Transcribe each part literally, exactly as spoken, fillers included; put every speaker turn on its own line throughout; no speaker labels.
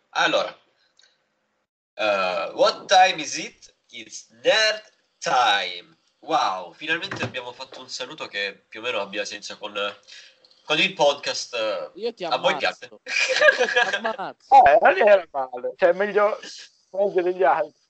Allora, uh, what time is it? It's nerd time. Wow, finalmente abbiamo fatto un saluto che più o meno abbia senso con, con il podcast.
Io ti
A voi piace?
ammazzo. Ammazzo.
Eh, non era male. Cioè, meglio, meglio degli altri.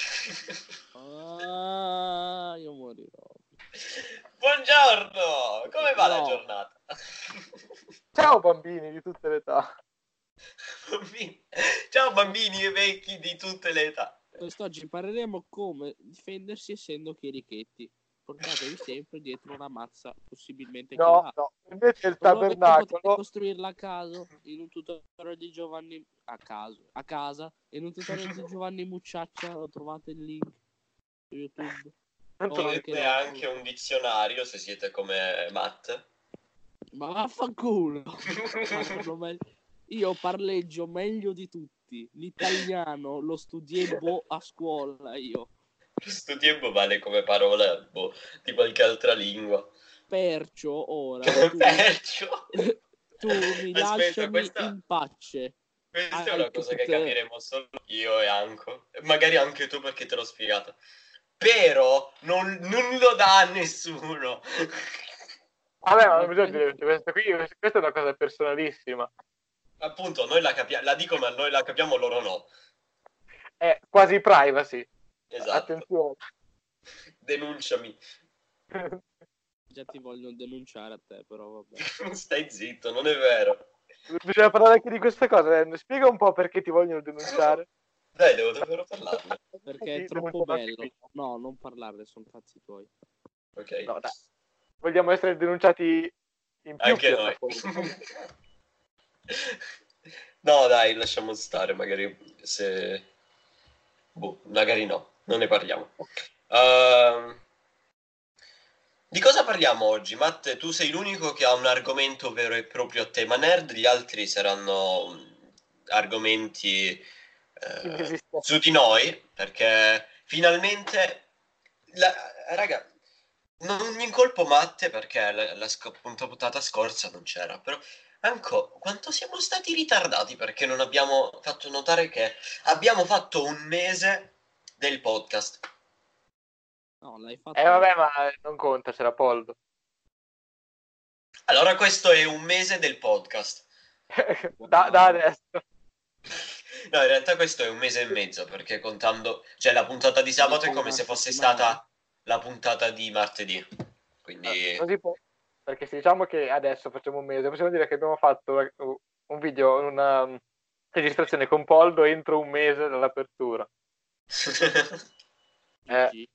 Ah, io morirò.
Buongiorno, come va
No.
la giornata?
Ciao bambini di tutte le età.
Bambini. Ciao bambini e vecchi di tutte le età.
Quest'oggi impareremo come difendersi essendo chierichetti. Portatevi sempre dietro una mazza, possibilmente
No,
che
no, invece il
potete
tabernacolo.
costruirla a caso in un tutorial di Giovanni a caso, a casa, in un tutorial di Giovanni Mucciaccia lo trovate il link su YouTube.
Tanto
Oh,
non-
Avete anche un dizionario se siete come Matt.
Ma vaffanculo. Parlo meglio- Io parleggio meglio di tutti. L'italiano lo studiai boh a scuola io.
Questo tempo vale come parola boh, di qualche altra lingua.
Perciò ora tu,
Perciò.
tu mi
Aspetta,
lasciami
questa-
in pace.
Questa è
Hai
una cosa che
tutte-
capiremo solo io e Anco. Magari anche tu perché te l'ho spiegato. Però non, non lo dà a nessuno.
Vabbè, ma non bisogna dire questo qui, questa è una cosa personalissima.
Appunto, noi la capiamo, la dico ma noi la capiamo, loro no.
È quasi privacy.
Esatto.
Attenzione.
Denunciami.
Già ti vogliono denunciare a te, però vabbè.
Stai zitto, non è vero.
Bisogna parlare anche di queste cose. eh. Spiega un po' perché ti vogliono denunciare.
Dai, devo davvero parlarne.
Perché è
Sì,
troppo
denunciano anche
bello.
qui.
No, non parlarne, sono cazzi tuoi.
Ok.
No, dai. Vogliamo essere denunciati in più
Anche noi.
piattaforme.
No, dai, lasciamo stare, magari se... Boh, magari no, non ne parliamo. Ehm, Di cosa parliamo oggi? Matte, tu sei l'unico che ha un argomento vero e proprio a tema nerd, gli altri saranno mm, argomenti eh,
Inesistenti.
su di noi, perché finalmente... La, raga, non mi incolpo Matte perché la, la sc- puntata scorsa non c'era, però... Anco, quanto siamo stati ritardati perché non abbiamo fatto notare che abbiamo fatto un mese del podcast.
No, l'hai fatto.
Eh vabbè, ma non conta, c'era Poldo.
Allora questo è un mese del podcast.
da, da adesso.
No, in realtà questo è un mese e mezzo perché contando, cioè la puntata di sabato è come se fosse stata la puntata di martedì. Quindi
Non si può, perché se diciamo che adesso facciamo un mese, possiamo dire che abbiamo fatto un video, una um, registrazione con Poldo entro un mese dall'apertura. Eh.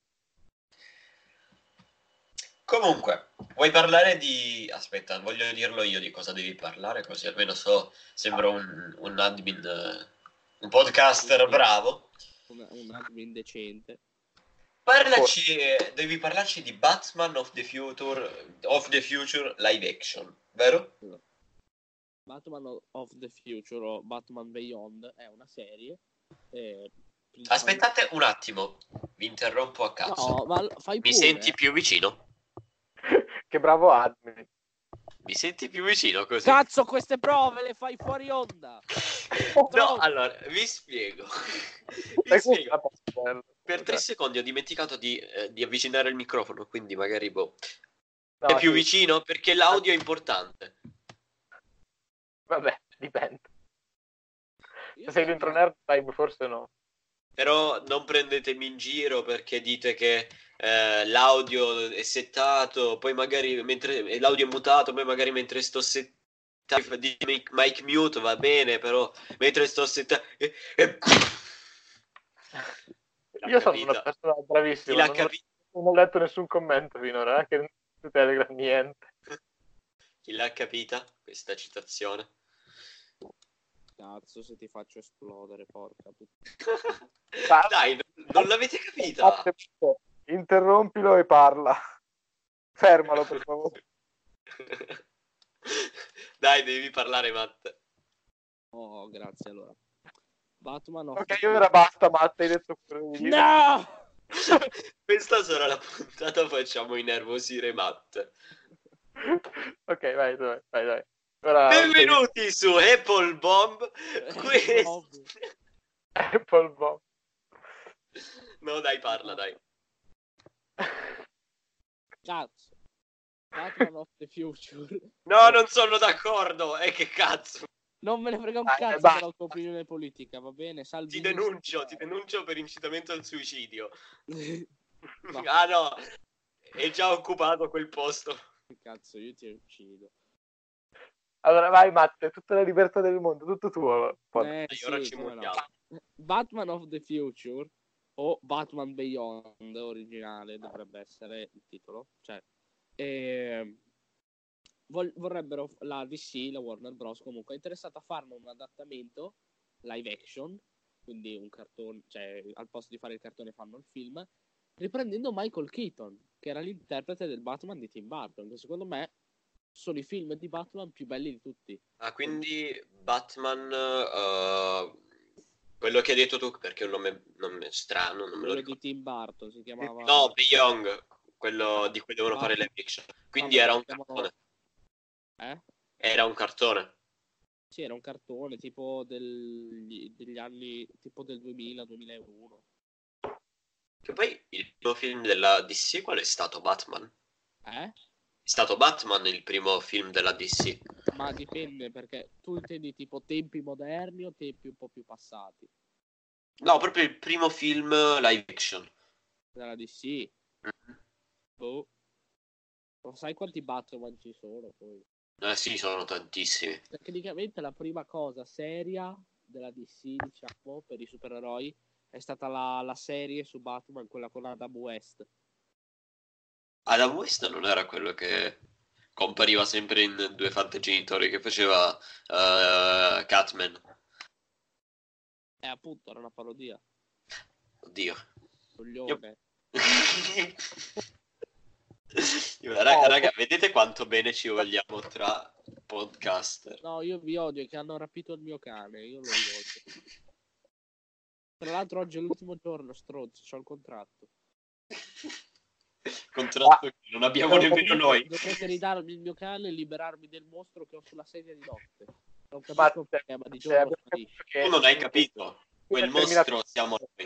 Comunque, vuoi parlare di... Aspetta, voglio dirlo io di cosa devi parlare, così almeno so, sembro un, un admin, eh, un podcaster bravo.
Un, un admin decente.
Parlaci, devi parlarci di Batman of the Future, of the Future live action, vero?
Batman of the Future o Batman Beyond è una serie. Eh,
Aspettate un attimo, vi interrompo a cazzo.
No, ma fai
Mi
pure,
senti
eh.
più vicino?
Che bravo admin.
Mi senti più vicino così?
Cazzo, queste prove le fai fuori onda.
No, allora, vi spiego. Vi spiego. Per tre secondi ho dimenticato di, eh, di avvicinare il microfono, quindi magari boh.
No,
è più
sì.
vicino perché l'audio è importante.
Vabbè, dipende.
Io
Se sei dentro Nerd Time forse no.
Però non prendetemi in giro perché dite che eh, l'audio è settato, poi magari mentre l'audio è mutato, poi magari mentre sto settando di mic mute va bene, però mentre sto settando... Eh, eh.
Io sono una persona bravissima, non ho,
capi-
non ho letto nessun commento finora, anche su Telegram, niente.
Chi l'ha capita questa citazione?
Cazzo, se ti faccio esplodere, porca
puttana. Dai, non, non l'avete capita?
Interrompilo e parla. Fermalo, per favore.
Dai, devi parlare, Matt.
Oh, grazie, allora. Batman of
Ok, io ora basta, Matt, hai detto pure di dire.
No!
Questa sarà la puntata, facciamo innervosire Matt.
Ok, vai, vai, vai, vai. Ora,
Benvenuti su Apple Bomb.
Apple
Apple Bomb.
No, dai, parla, dai.
Cazzo. Batman of the Future.
No, non sono d'accordo. E che cazzo?
Non me ne frega un
Dai,
cazzo
basta.
della tua opinione politica, va bene?
Ti
Salvini.
denuncio, ti denuncio per incitamento al suicidio.
No.
Ah no, è già occupato quel posto.
Che cazzo, io ti uccido.
Allora vai Matte, tutta la libertà del mondo, tutto tuo.
Eh,
Dai,
sì,
ora ci
come no.
muoviamo.
Batman of the Future o Batman Beyond originale dovrebbe essere il titolo. Cioè, ehm, vol- vorrebbero la D C, la Warner Bros. Comunque è interessata a farne un adattamento live action, quindi un cartone, cioè al posto di fare il cartone fanno il film, riprendendo Michael Keaton, che era l'interprete del Batman di Tim Burton, che secondo me sono i film di Batman più belli di tutti.
Ah, quindi Batman, uh, quello che hai detto tu, perché è un nome, nome strano, non me lo
Quello
ricordo.
di Tim Burton si chiamava...
No, Beyond, quello
Ah,
di cui devono fare
Batman.
le fiction. Quindi
Vabbè,
era un
si chiamano-
cartone.
Eh?
Era un cartone.
Sì, era un cartone tipo del- degli anni tipo del duemila duemilauno.
Che poi il primo film della D C qual è stato? Batman?
Eh?
È stato Batman il primo film della D C.
Ma dipende perché tu intendi tipo tempi moderni o tempi un po' più passati
No, proprio il primo film live action.
della D C. Boh. Non sai quanti Batman ci sono poi.
Eh sì, sono tantissimi.
Tecnicamente la prima cosa seria della D C, diciamo, per i supereroi è stata la, la serie su Batman, quella con Adam West.
Adam West non era quello che compariva sempre in Due Fantagenitori, che faceva uh, Catman.
E appunto era una parodia.
Oddio.
Coglione.
Raga, raga, vedete quanto bene ci vogliamo tra podcaster.
No, io vi odio che hanno rapito il mio cane, io lo rivolgo. Tra l'altro oggi è l'ultimo giorno, stronzi, c'ho il contratto.
Contratto che non abbiamo nemmeno noi.
Dovrete ridarmi il mio cane e liberarmi del mostro che ho sulla sedia di notte. Non capisco
Matte,
perché, ma di
eh,
giorno
abbiamo
sparisce.
capito che-
Tu non hai capito. Quel mostro siamo noi.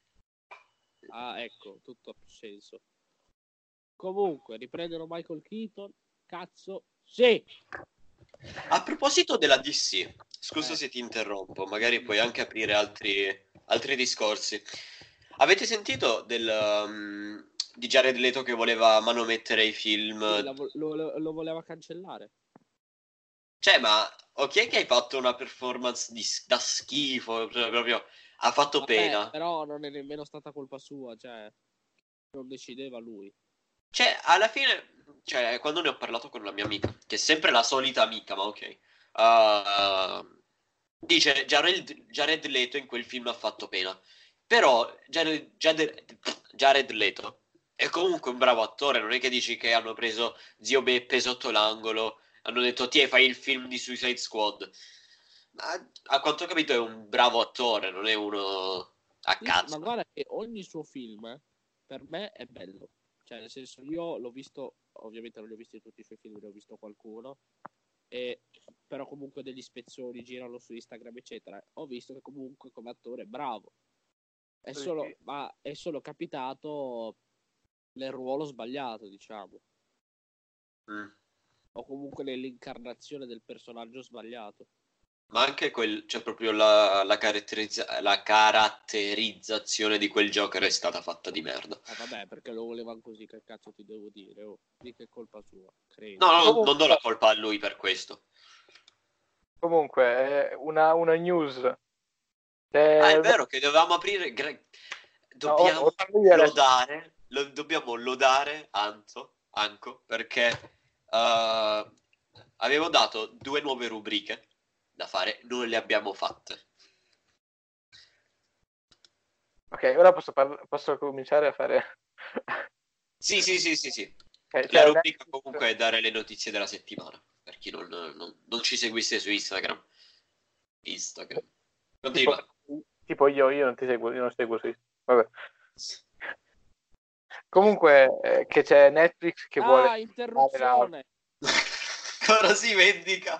Ah, ecco, tutto ha più senso. Comunque, riprendono Michael Keaton. Cazzo, sì!
A proposito della D C, scusa
Eh.
se ti interrompo, magari puoi anche aprire altri, altri discorsi. Avete sentito del, um, di Jared Leto che voleva manomettere i film?
Sì, la vo- lo, lo voleva cancellare.
Cioè, ma ok che hai fatto una performance di, da schifo, cioè, proprio ha fatto
Vabbè,
pena.
però non è nemmeno stata colpa sua, cioè, non decideva lui.
Cioè, alla fine, cioè, quando ne ho parlato con una mia amica, che è sempre la solita amica, ma ok, uh, dice Jared, Jared Leto in quel film ha fatto pena. Però Jared, Jared, Jared Leto è comunque un bravo attore, non è che dici che hanno preso Zio Beppe sotto l'angolo, hanno detto ti fai il film di Suicide Squad. Ma a quanto ho capito è un bravo attore, non è uno a
Sì,
cazzo.
ma guarda che ogni suo film, eh, per me, è bello. Cioè, nel senso, io l'ho visto, ovviamente non li ho visti tutti i suoi film, ne ho visto qualcuno, e, però comunque degli spezzoni girano su Instagram, eccetera. Ho visto che comunque come attore è bravo. È
Sì,
solo,
sì.
ma è solo capitato nel ruolo sbagliato, diciamo.
Mm.
O comunque nell'incarnazione del personaggio sbagliato.
Ma anche quel, cioè proprio la, la, caratterizza- la caratterizzazione di quel Joker è stata fatta di merda.
Eh vabbè, perché lo volevano così, che cazzo ti devo dire? Oh, di che è colpa sua, credo.
No, no,
Comunque-
non do la colpa a lui per questo.
Comunque, eh, una, una news.
Ah,
Eh,
è vero che dovevamo aprire. Gre-
no,
Dobbiamo
ho- ho fatto io adesso.
lodare. Lo, dobbiamo lodare Anto, Anco, perché uh, avevo dato due nuove rubriche da fare, non le abbiamo fatte.
Ok, ora posso, parla- posso cominciare a fare...
Sì, sì, sì, sì, sì.
Eh,
La
cioè,
rubrica
Netflix-
comunque è dare le notizie della settimana, per chi non, non- non ci seguisse su Instagram. Instagram. Continua.
Tipo, tipo io, io non ti seguo, io non seguo su Vabbè. Comunque, eh, che c'è Netflix che vuole...
Ah, interruzione!
Ancora si vendica.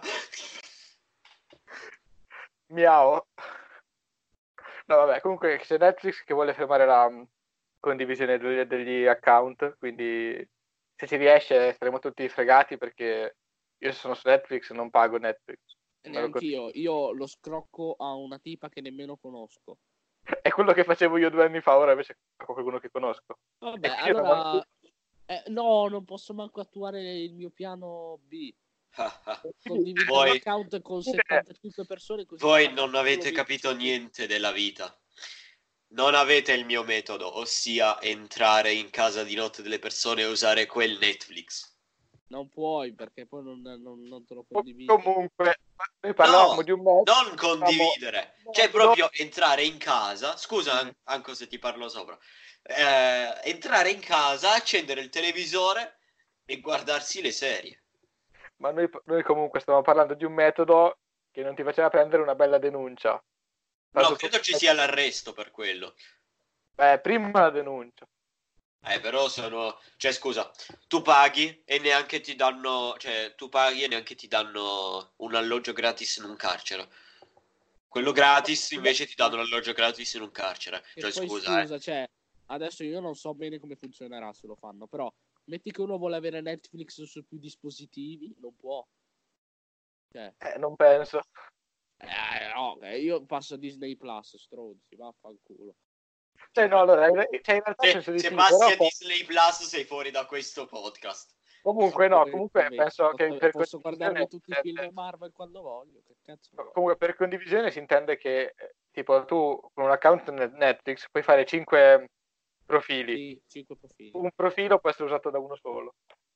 Miau. No, vabbè, comunque c'è Netflix che vuole fermare la um, condivisione degli, degli account, quindi se ci riesce saremo tutti fregati perché io sono su Netflix e non pago Netflix.
E neanche io, io lo scrocco a una tipa che nemmeno conosco.
È quello che facevo io due anni fa, ora invece ho qualcuno che conosco.
Vabbè, allora... Eh, no, non posso manco attuare il mio piano B. Condividere
voi,
l'account con settantacinque persone così
voi non avete capito niente della vita. Non avete il mio metodo, ossia entrare in casa di notte delle persone e usare quel Netflix.
Non puoi, perché poi non, non, non te lo condividi.
Comunque, noi parlavamo
no,
di un metodo.
Non condividere, no, cioè proprio no. Entrare in casa. Scusa, mm. anche se ti parlo sopra. Eh, entrare in casa, accendere il televisore e guardarsi le serie.
Ma noi, noi comunque stavamo parlando di un metodo che non ti faceva prendere una bella denuncia.
No, credo ci sia l'arresto per quello.
Beh, prima la denuncia.
Eh, però sono... Cioè, scusa, tu paghi e neanche ti danno... Cioè, tu paghi e neanche ti danno un alloggio gratis in un carcere. Quello gratis invece ti danno l'alloggio gratis in un carcere.
E
cioè,
poi,
scusa,
scusa,
eh.
cioè, adesso io non so bene come funzionerà se lo fanno, però metti che uno vuole avere Netflix su più dispositivi, non può. Cioè...
Eh, non penso.
Eh, no, io passo a Disney Plus, stronzi, vaffanculo.
Cioè, no, allora, cioè, in realtà
se,
penso di
se
sì,
passi
però
a
poi...
Disney Plus sei fuori da questo podcast.
Comunque no, comunque penso
posso,
che per
posso guardarmi tutti i
intende...
film Marvel quando voglio, che cazzo vuoi?
Comunque per condivisione si intende che tipo tu con un account Netflix puoi fare cinque profili.
Sì, cinque profili.
Un profilo può essere usato da uno solo.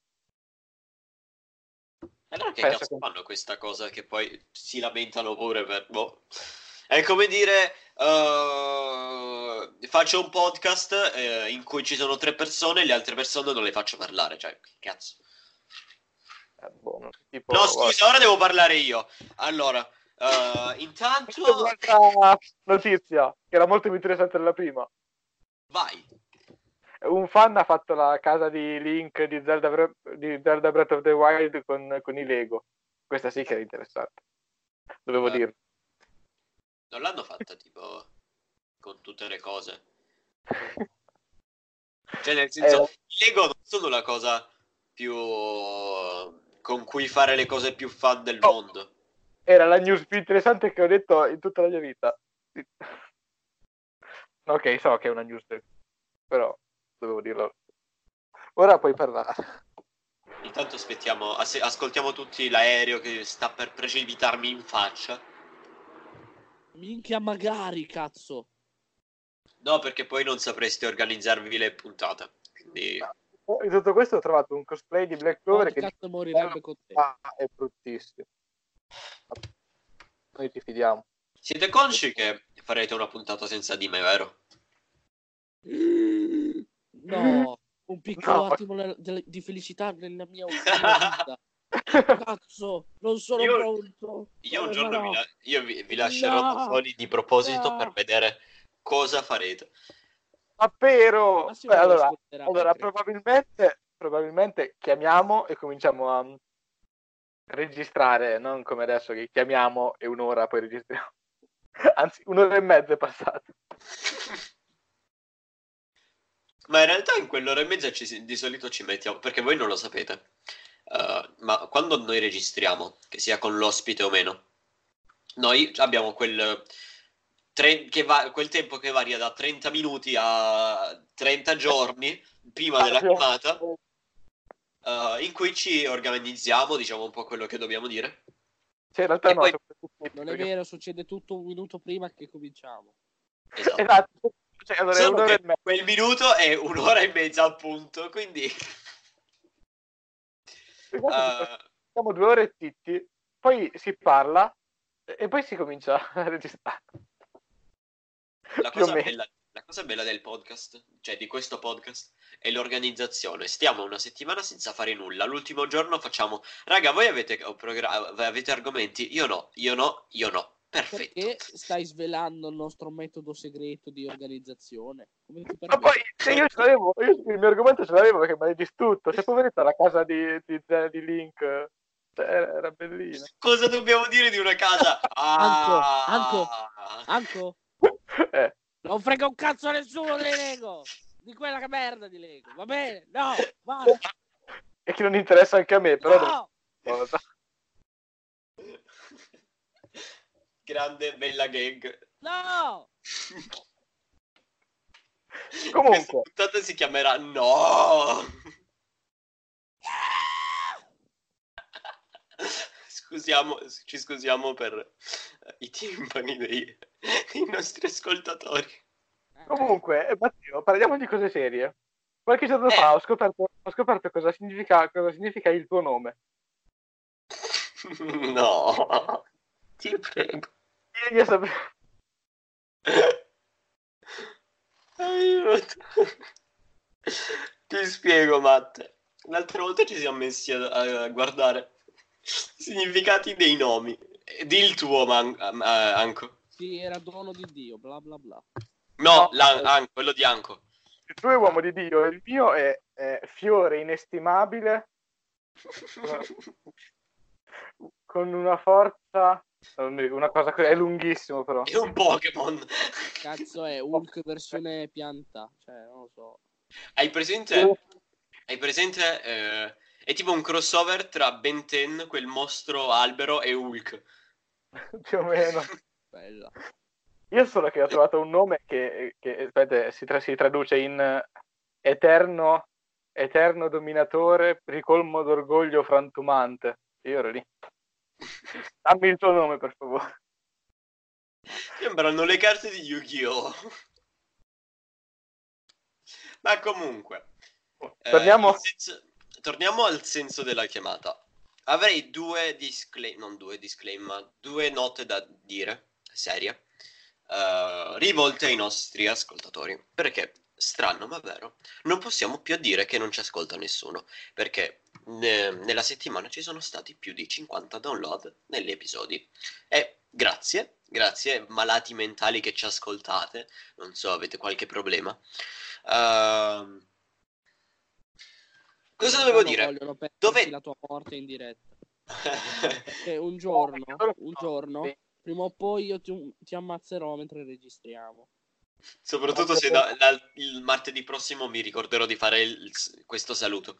Allora che penso cazzo che... fanno questa cosa che poi si lamentano pure per... Boh. È come dire, uh, faccio un podcast eh, in cui ci sono tre persone e le altre persone non le faccio parlare, cioè, che cazzo.
Eh, boh, tipo,
no, scusa, guarda. Ora devo parlare io. Allora, uh, intanto...
Questa notizia, che era molto più interessante della prima.
Vai.
Un fan ha fatto la casa di Link di Zelda, di Zelda Breath of the Wild con, con i Lego. Questa sì che era interessante. Dovevo uh. dirlo.
Non l'hanno fatta tipo con tutte le cose. Cioè nel senso, eh, i Lego non sono la cosa più con cui fare le cose più fun del oh, mondo.
Era la news più interessante che ho detto in tutta la mia vita. Ok, so che è una news, però dovevo dirlo. Ora puoi parlare.
Intanto aspettiamo, as- ascoltiamo tutti l'aereo che sta per precipitarmi in faccia.
Minchia, magari, cazzo.
No, perché poi non sapreste organizzarvi le puntate. Quindi...
In tutto questo ho trovato un cosplay di Black Clover che
cazzo morirebbe con te.
Ah, è bruttissimo. Noi ti fidiamo.
Siete consci che farete una puntata senza di me, vero?
No, un piccolo no. attimo di felicità nella mia vita. Cazzo, non sono
io,
pronto.
Io un giorno vi, la- io vi, vi lascerò no. da soli di proposito no. per vedere cosa farete.
Ma però, Beh, allora, allora probabilmente, probabilmente chiamiamo e cominciamo a registrare, non come adesso che chiamiamo e un'ora poi registriamo. Anzi, un'ora e mezza è passata.
Ma in realtà in quell'ora e mezza ci, di solito ci mettiamo, perché voi non lo sapete. Uh, ma quando noi registriamo, che sia con l'ospite o meno, noi abbiamo quel, tre, che va, quel tempo che varia da trenta minuti a trenta giorni prima della chiamata, uh, in cui ci organizziamo, diciamo un po' quello che dobbiamo dire.
Cioè, in realtà no,
poi... non è vero, succede tutto un minuto prima che cominciamo.
Esatto.
esatto. Cioè, allora
Solo che quel minuto è un'ora e mezza appunto, quindi...
Uh, siamo due ore zitti, poi si parla e poi si comincia a registrare.
La cosa, bella, la cosa bella del podcast, cioè di questo podcast, è l'organizzazione. Stiamo una settimana senza fare nulla. L'ultimo giorno facciamo, raga, voi avete, programm- avete argomenti? Io no, io no, io no. Perfetto.
Perché stai svelando il nostro metodo segreto di organizzazione? Come ti
Ma poi se io ce l'avevo, io il mio argomento ce l'avevo perché mi hai distrutto. Se poveretta la casa di, di, di Link Era, era bellino.
Cosa dobbiamo dire di una casa?
Anco,
Ah!
Anco, Anco,
Eh,
non frega un cazzo a nessuno di Lego, di quella che merda di Lego, va bene? No, basta.
e che non interessa anche a me, però...
No!
Cosa.
Grande, bella gag.
No!
Questa
Comunque,
puntata si chiamerà No! Scusiamo, ci scusiamo per eh, i timpani dei, dei nostri ascoltatori.
comunque, eh, Matteo, parliamo di cose serie. Qualche giorno
Eh.
fa ho scoperto, ho scoperto cosa significa, cosa significa il tuo nome.
No, ti prego.
Io sapevo...
Aiuto. Ti spiego, Matte. L'altra volta ci siamo messi a, a guardare i significati dei nomi. Di il tuo, man- eh, Anco.
Sì, era dono di Dio, bla bla bla.
No,
No.
l'an- Anco, quello di Anco.
Il tuo è uomo di Dio, il mio è, è fiore inestimabile, con una forza... non mi- Una cosa che è lunghissimo, però.
È un Pokémon.
Cazzo è Hulk versione pianta, cioè non lo so.
Hai presente? Hai presente? eh, è tipo un crossover tra Ben ten, quel mostro albero, e Hulk.
Più o meno.
Bella.
Io solo che ho trovato un nome che, che aspetta, si, tra- si traduce in eh, eterno, eterno dominatore, ricolmo d'orgoglio frantumante. Io ero lì. Dammi il tuo nome, per favore.
Sembrano le carte di Yu-Gi-Oh! Ma comunque, eh,
Torniamo.
il senso- torniamo al senso della chiamata. Avrei due disclaim, non due disclaim, ma due note da dire, serie, eh, rivolte ai nostri ascoltatori. Perché, strano ma vero, non possiamo più dire che non ci ascolta nessuno, perché ne- nella settimana ci sono stati più di cinquanta download negli episodi. E grazie, grazie malati mentali che ci ascoltate, non so, avete qualche problema. Ehm, cosa dovevo
Quando
dire?
vogliono perdersi
Dove...
la tua morte in diretta. Perché un giorno, un giorno, prima o poi io ti, ti ammazzerò mentre registriamo.
Soprattutto se da- da- il martedì prossimo mi ricorderò di fare il- il- questo saluto.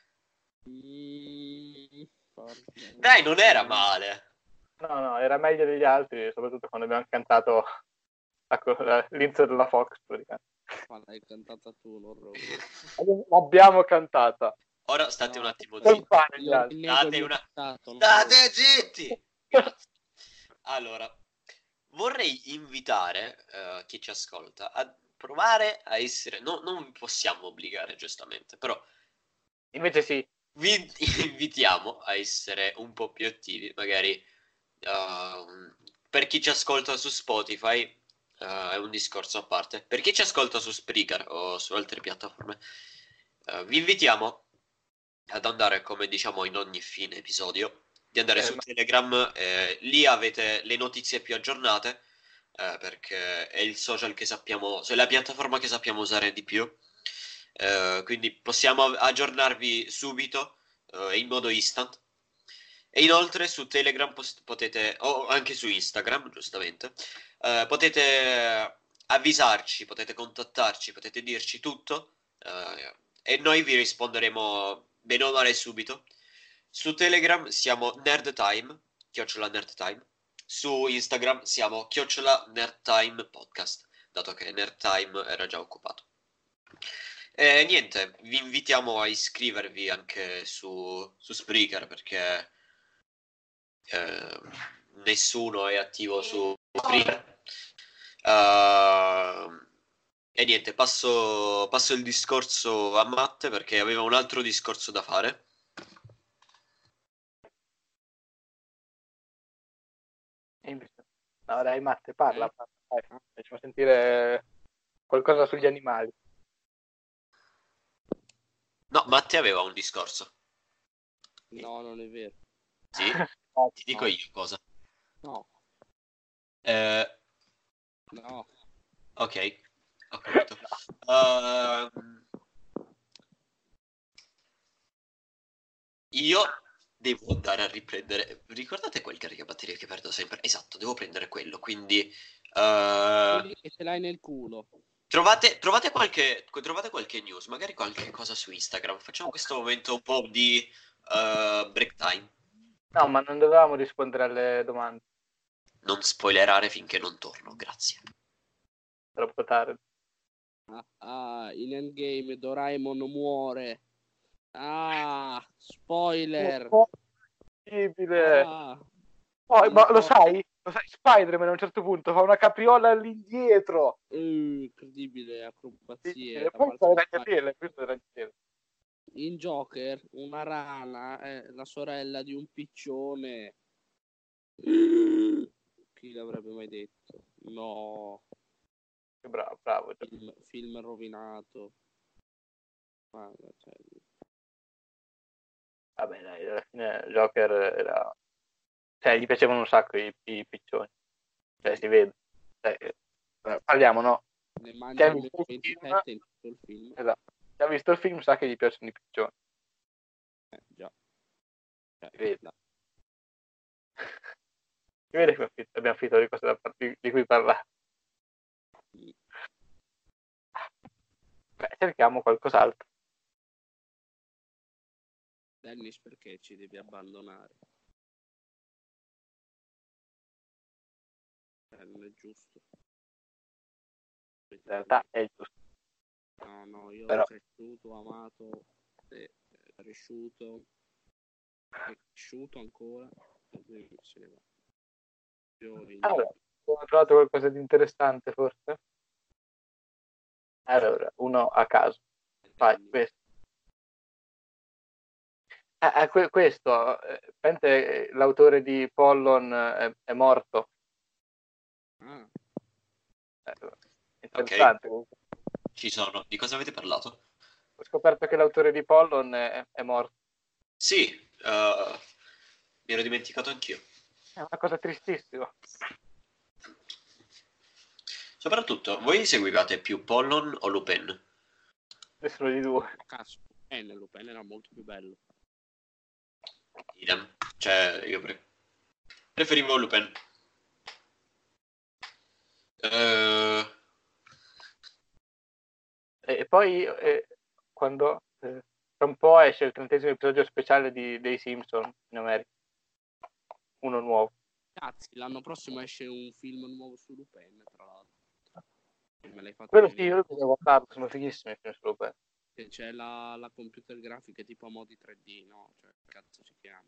Mm,
Dai, non era male.
No, no, era meglio degli altri, soprattutto quando abbiamo cantato la co- la- l'inizio della Fox. praticamente.
Ma l'hai cantata tu, non Roby.
L'abbiamo cantata.
Ora state
No,
un attimo
Non
zitti.
fare gli
io
altri.
rinnego il
State
mio
una...
cantato, non
State zitti! Grazie. Allora, vorrei invitare eh, chi ci ascolta a provare a essere... No, non vi possiamo obbligare, giustamente, però
Invece sì.
vi invitiamo a essere un po' più attivi, magari uh, per chi ci ascolta su Spotify uh, è un discorso a parte, per chi ci ascolta su Spreaker o su altre piattaforme uh, vi invitiamo ad andare, come diciamo in ogni fine episodio, di andare
Eh,
su
ma-
Telegram, eh, lì avete le notizie più aggiornate, eh, perché è il social che sappiamo, cioè la piattaforma che sappiamo usare di più. Eh, quindi possiamo aggiornarvi subito, eh, in modo instant. E inoltre su Telegram pos- potete, o anche su Instagram, giustamente, eh, potete avvisarci, potete contattarci, potete dirci tutto, eh, e noi vi risponderemo bene o male subito. Su Telegram siamo NerdTime, chiocciola NerdTime. Su Instagram siamo chiocciola NerdTime Podcast, dato che NerdTime era già occupato. E niente, vi invitiamo a iscrivervi anche su, su Spreaker, perché eh, nessuno è attivo su Spreaker. Uh, e niente, passo, passo il discorso a Matte perché aveva un altro discorso da fare.
invece- No, dai, Matte, parla.
Eh?
parla, dai. Facciamo sentire qualcosa sugli animali.
No, Matte aveva un discorso.
No, non è vero.
Sì?
No,
Ti dico
no.
io cosa.
No,
Eh,
no.
ok, ho capito. Uh, io devo andare a riprendere. Ricordate quel caricabatterie che perdo sempre? Esatto, devo prendere quello. Quindi uh,
Quelli che ce l'hai nel culo.
trovate, trovate, qualche, trovate qualche news, magari qualche cosa su Instagram. Facciamo questo momento un po' di uh, break time.
No, ma non dovevamo rispondere alle domande.
Non spoilerare finché non torno, grazie.
Troppo tardi.
Ah, ah, in Endgame Doraemon muore. Ah, spoiler.
Possibile.
Ah,
Oh, ma lo
no.
sai? Lo sai? Spider-Man a un certo punto fa una capriola all'indietro.
Uh, incredibile acrobazie.
E
da
poi
parte
fa
di
le
Spider-
ragnatele, questo è il ragnatele.
In Joker, una rana è la sorella di un piccione. Chi l'avrebbe mai detto? No,
Bravo, bravo.
film, film rovinato. Guarda, cioè,
Vabbè, dai, alla fine Joker era... Cioè, gli piacevano un sacco i, i piccioni. Cioè, si vede. Cioè, eh, parliamo, no?
ne
Chi
mangia
ha
almeno
visto il film,
ventisette in tutto il film.
esatto. Chi ha visto il film sa che gli piacciono i piccioni.
Eh, già. Cioè,
Si vede.
dai.
Si vede che abbiamo finito di cose da par- di, di cui parlare. Beh, cerchiamo qualcos'altro.
Dennis, perché ci devi abbandonare? Eh, non è giusto.
In realtà è giusto.
No, no, io
Però...
ho cresciuto, amato, è cresciuto, è cresciuto ancora, e quindi se ne va. Io
Allora,
ringrazio.
ho trovato qualcosa di interessante forse? Allora, uno a caso. Vai, questo. Eh, eh, que- questo, eh, praticamente, eh, l'autore di Pollon eh, è, è morto.
Ah,
Eh,
Ok,
interessante. comunque.
ci sono. Di cosa avete parlato?
Ho scoperto che l'autore di Pollon è, è morto.
Sì, uh, mi ero dimenticato anch'io.
È una cosa tristissima.
Soprattutto, voi seguivate più Pollon o Lupin?
Nessuno di due.
cazzo, Lupin, Lupin era molto più bello.
Idem. Cioè, io pre- preferivo Lupin. Uh,
E, e poi, eh, quando eh, tra un po' esce il trentesimo episodio speciale di, dei Simpson in America. Uno nuovo.
Cazzi, l'anno prossimo esce un film nuovo su Lupin, tra l'altro. Me l'hai fatto
Quello sì,
vedere.
io lo guardato, sono fighissimi i film su Lupin.
Che c'è la, la computer grafica tipo a modi tre D, no? Cioè, che cazzo si chiama?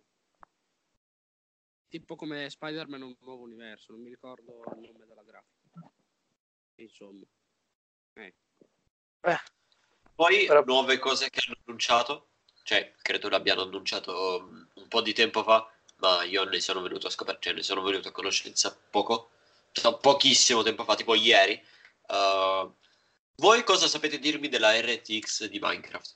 Tipo come Spider-Man un nuovo universo, non mi ricordo il nome della grafica. Insomma. Ecco.
Eh,
Poi,
però...
nuove cose che hanno annunciato. Cioè, credo l'abbiano annunciato um, un po' di tempo fa, ma io ne sono venuto a scoprire, cioè ne sono venuto a conoscenza poco, cioè, pochissimo tempo fa, tipo ieri. Uh, voi cosa sapete dirmi della R T X di Minecraft?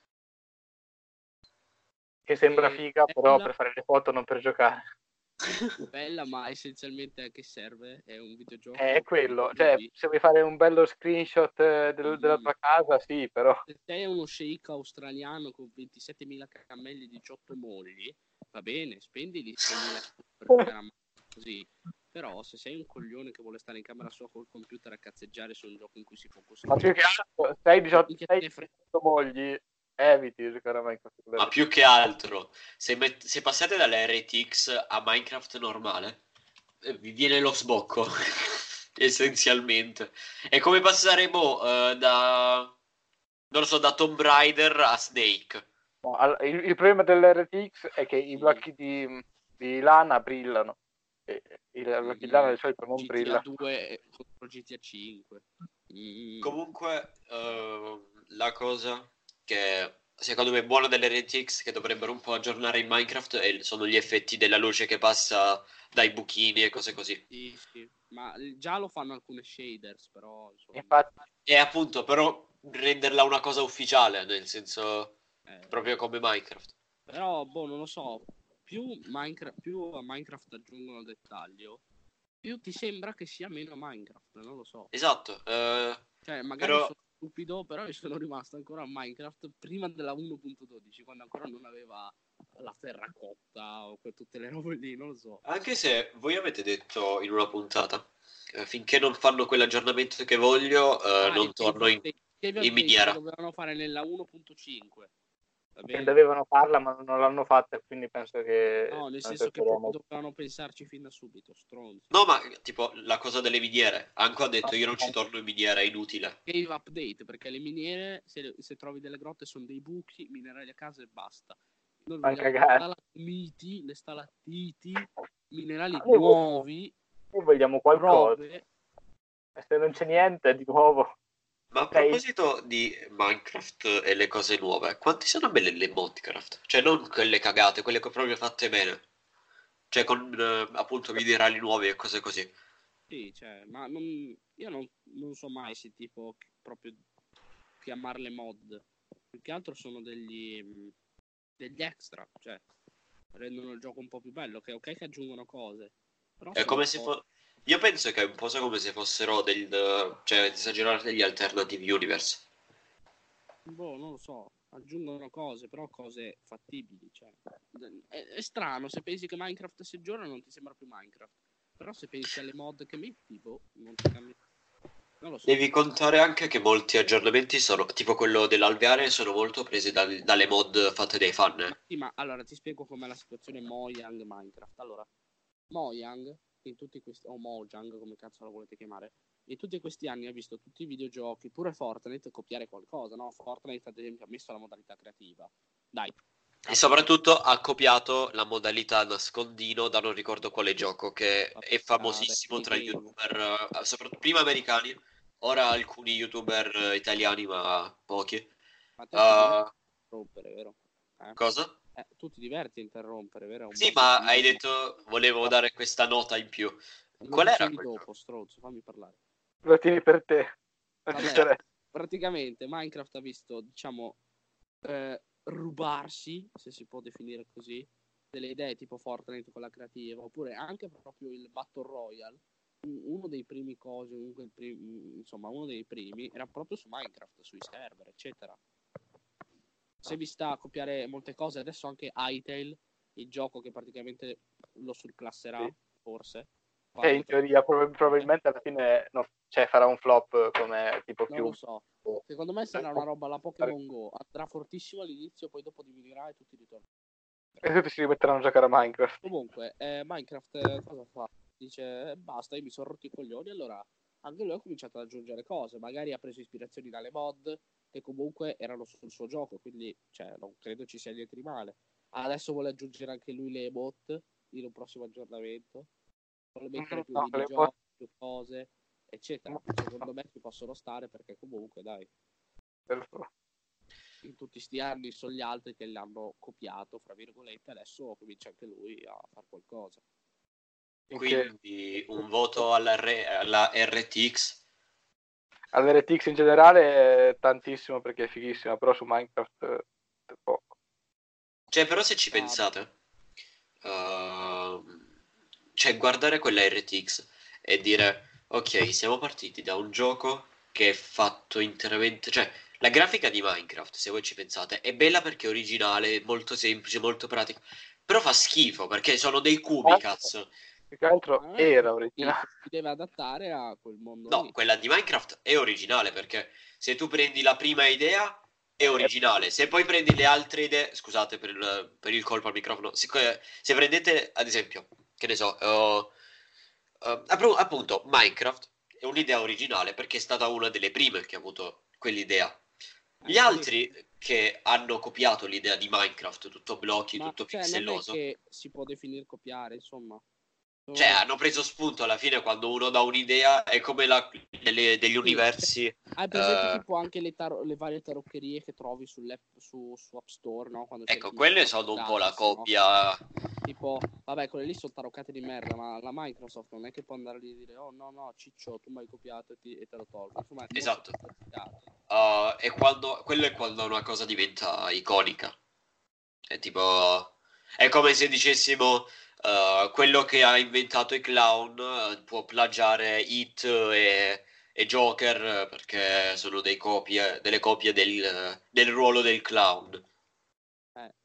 Che sembra
E
figa, però
bella,
per fare le foto, non per giocare.
bella, ma essenzialmente a che serve? È un videogioco?
È quello, cioè, se vuoi fare un bello screenshot eh, del- della tua casa, sì, però...
Se sei uno sceicco australiano con ventisettemila cammelli e diciotto mogli, va bene, spendili seimila per giocare a Minecraft così. Però se sei un coglione che vuole stare in camera sua col computer a cazzeggiare su un gioco in cui si può
Ma
costruire,
più che altro, sei diciotto,
minchia te
sei
ne frega.
diciotto mogli, eviti di giocare a Minecraft.
Ma più che altro, se, met- se passate dalla R T X a Minecraft normale, eh, vi viene lo sbocco, essenzialmente. È come passare mo, eh, da, non lo so, da Tomb Raider a Snake.
No, all- il, il problema dell'R T X è che i blocchi di, di lana brillano. E il blocchi di lana di solito non
G T A
brilla.
due contro G T A cinque. Mm.
Comunque, eh, la cosa che secondo me è buona dell'R T X che dovrebbero un po' aggiornare in Minecraft è- sono gli effetti della luce che passa dai buchini e cose così.
Sì, sì. Ma già lo fanno alcune shaders, però insomma.
Infatti,
E appunto, però renderla una cosa ufficiale, nel senso
Eh,
proprio come Minecraft.
Però, boh, non lo so. Più, Minecraft, più a Minecraft aggiungono dettaglio, più ti sembra che sia meno Minecraft, non lo so.
Esatto, eh,
Cioè, magari
però
sono stupido, però io sono rimasto ancora a Minecraft prima della uno punto dodici, quando ancora non aveva la ferracotta o que- tutte le robe lì, non lo so.
Anche se voi avete detto in una puntata, eh, finché non fanno quell'aggiornamento che voglio, eh,
Ah,
non
i
torno in,
cave update
in
che
miniera.
dovevano fare nella uno punto cinque. Va
Che
bene?
dovevano farla, ma non l'hanno fatta, quindi penso che
No, nel
non
senso che
cercheremo.
proprio dovevano pensarci fin da subito, stronzi.
No, ma tipo la cosa delle miniere. Anche ha detto io non ci torno in miniera, è inutile.
Cave update, perché le miniere, se, se trovi delle grotte, sono dei buchi, minerali a casa e basta. Noi
Fan
vogliamo le
cagare.
stalattiti, le stalattiti, minerali
Ah, noi vogliamo-
nuovi,
Noi vogliamo qualcosa.
robe.
E se non c'è niente, di nuovo.
Ma a
Cioè,
proposito di Minecraft e le cose nuove, quanti sono belle le Modcraft? Cioè non quelle cagate, quelle che proprio fatte bene. Cioè con eh, appunto minerali nuovi e cose così.
Sì, cioè, ma non, io non, non so mai se tipo chi- proprio chiamarle mod. Più che altro sono degli, mh, degli extra, cioè rendono il gioco un po' più bello, che ok che aggiungono cose, però
È
sono
come
un
se
po'...
fo- Io penso che è un po' come se fossero del... cioè esagerare degli Alternative Universe.
Boh, non lo so, aggiungono cose, però cose fattibili, cioè. È, è strano, se pensi che Minecraft si aggiorna non ti sembra più Minecraft. Però se pensi alle mod che metti, boh, non ti cambia. Non lo so.
Devi contare anche che molti aggiornamenti sono, tipo quello dell'alveare, sono molto presi dal- dalle mod fatte dai fan.
Ma sì, ma allora ti spiego com'è la situazione Mojang Minecraft. Allora, Mojang, in tutti questi, o Mojang, come cazzo la volete chiamare, in tutti questi anni ha visto tutti i videogiochi, pure Fortnite, copiare qualcosa, no? Fortnite, ad esempio, ha messo la modalità creativa. Dai.
E soprattutto ha copiato la modalità nascondino da non ricordo quale gioco, che è famosissimo tra gli youtuber, eh, soprattutto prima americani, ora alcuni youtuber eh, italiani, ma pochi.
Ma te ti diverti
Uh,
a interrompere, vero? Eh?
cosa?
Eh, tu ti diverti a interrompere, vero? È un
Sì, ma
passatempo.
hai detto volevo dare questa nota in più.
Lo
Qual era
dicevi
quel
dopo,
gioco?
stronzo, fammi parlare.
Lo tieni per te. Non ti
Vabbè,
interessa.
praticamente Minecraft ha visto, diciamo, eh, rubarsi, se si può definire così, delle idee tipo Fortnite con la creativa, oppure anche proprio il Battle Royale. Un- Uno dei primi cosi, comunque il prim- insomma, uno dei primi era proprio su Minecraft, sui server, eccetera. Se vi sta a copiare molte cose, adesso anche Hytale, il gioco che praticamente lo surclasserà,
Sì.
forse.
E in teoria prob- probabilmente alla fine no, cioè, farà un flop come tipo
Non lo
Cube.
so. Secondo me sarà una roba alla Pokémon Go. Andrà fortissimo all'inizio, poi dopo diminuirà e tutti ritornano.
E tutti si rimetteranno a giocare a Minecraft.
Comunque, eh, Minecraft eh, cosa fa? Dice, eh, basta, io mi sono rotti i coglioni, allora anche lui ha cominciato ad aggiungere cose. Magari ha preso ispirazioni dalle mod, che comunque erano sul suo gioco, quindi cioè, non credo ci sia niente di male. Adesso vuole aggiungere anche lui le bot in un prossimo aggiornamento. Vuole mettere più
No, le
minigiochi,
bot-
più cose, eccetera. Secondo me ci possono stare perché comunque, dai, in tutti sti anni sono gli altri che l'hanno copiato, fra virgolette, adesso comincia anche lui a fare qualcosa.
Quindi un voto alla, R- alla R T X.
All'R T X in generale è tantissimo perché è fighissima, però su Minecraft eh, è poco.
Cioè, però se ci
Ah,
pensate, uh, cioè guardare quella R T X e dire, ok, siamo partiti da un gioco che è fatto interamente, cioè la grafica di Minecraft, se voi ci pensate, è bella perché è originale, molto semplice, molto pratica, però fa schifo perché sono dei cubi, cazzo.
Più che altro
ma non è
era
che
originale.
si deve adattare a quel mondo
No,
lì.
quella di Minecraft è originale perché se tu prendi la prima idea è originale, se poi prendi le altre idee, scusate per il, per il colpo al microfono, se, se prendete ad esempio, che ne so, uh, uh, appro- appunto Minecraft è un'idea originale perché è stata una delle prime che ha avuto quell'idea. Gli
Eh, sì,
altri che hanno copiato l'idea di Minecraft, tutto blocchi,
ma
tutto
cioè, non è
pixelloso,
che si può definire copiare, insomma.
cioè
Sono-
hanno preso spunto alla fine quando uno dà un'idea, è come la, delle- degli
Sì,
universi.
hai presente
eh,
tipo anche le, taro- le varie taroccherie che trovi sull'app su, su App Store, no? Quando
Ecco,
cerchi
quelle
tarocchi
sono un po' la
gratis, no?
copia.
Tipo, vabbè, quelle lì sono taroccate di merda, ma la Microsoft non è che può andare lì e dire, oh no, no, ciccio, tu mi hai copiato e, ti- e te lo tolgo. Insomma, è molto
Esatto.
complicato.
Uh, e quando, quello è quando una cosa diventa iconica. È tipo. È come se dicessimo. Uh, quello che ha inventato i clown uh, può plagiare Hit e, e Joker uh, perché sono dei copie, delle copie del, del ruolo del clown.
Eh,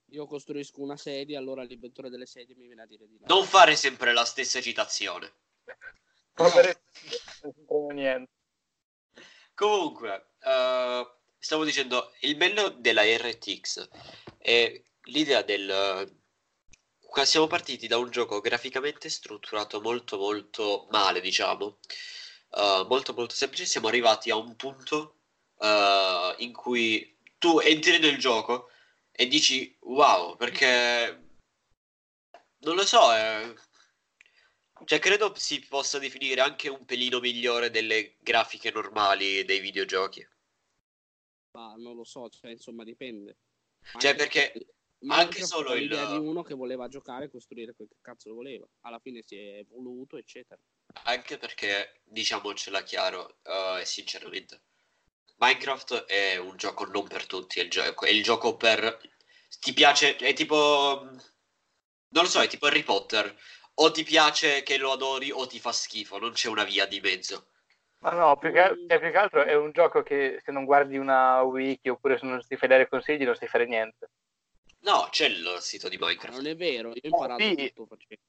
io costruisco una sedia, allora l'inventore delle sedie mi viene a dire di no.
Non fare sempre la stessa citazione.
Polvere non c'entrano niente.
Comunque, eh, stavo dicendo, il bello della R T X è l'idea del... qua siamo partiti da un gioco graficamente strutturato molto molto male, diciamo, eh, molto molto semplice, siamo arrivati a un punto eh, in cui tu entri nel gioco e dici wow, perché non lo so, eh, cioè credo si possa definire anche un pelino migliore delle grafiche normali dei videogiochi.
Ma non lo so, cioè, insomma, dipende.
Cioè,
Minecraft-
perché
Minecraft
anche solo
era
il-
l'idea di uno che voleva giocare e costruire quel che cazzo voleva. Alla fine si è evoluto, eccetera.
Anche perché, diciamocela chiaro, eh, e sinceramente, Minecraft è un gioco non per tutti, è il gioco, è il gioco per... Ti piace, è tipo... Non lo so, è tipo Harry Potter. O ti piace che lo adori o ti fa schifo, non c'è una via di mezzo.
Ma no, più che,
Mm.
cioè, più che altro è un gioco che se non guardi una wiki oppure se non ti fai dare consigli non sai fare niente.
No, c'è il sito di
Ma
Minecraft.
non è vero, io ho imparato
sì.
tutto facendo.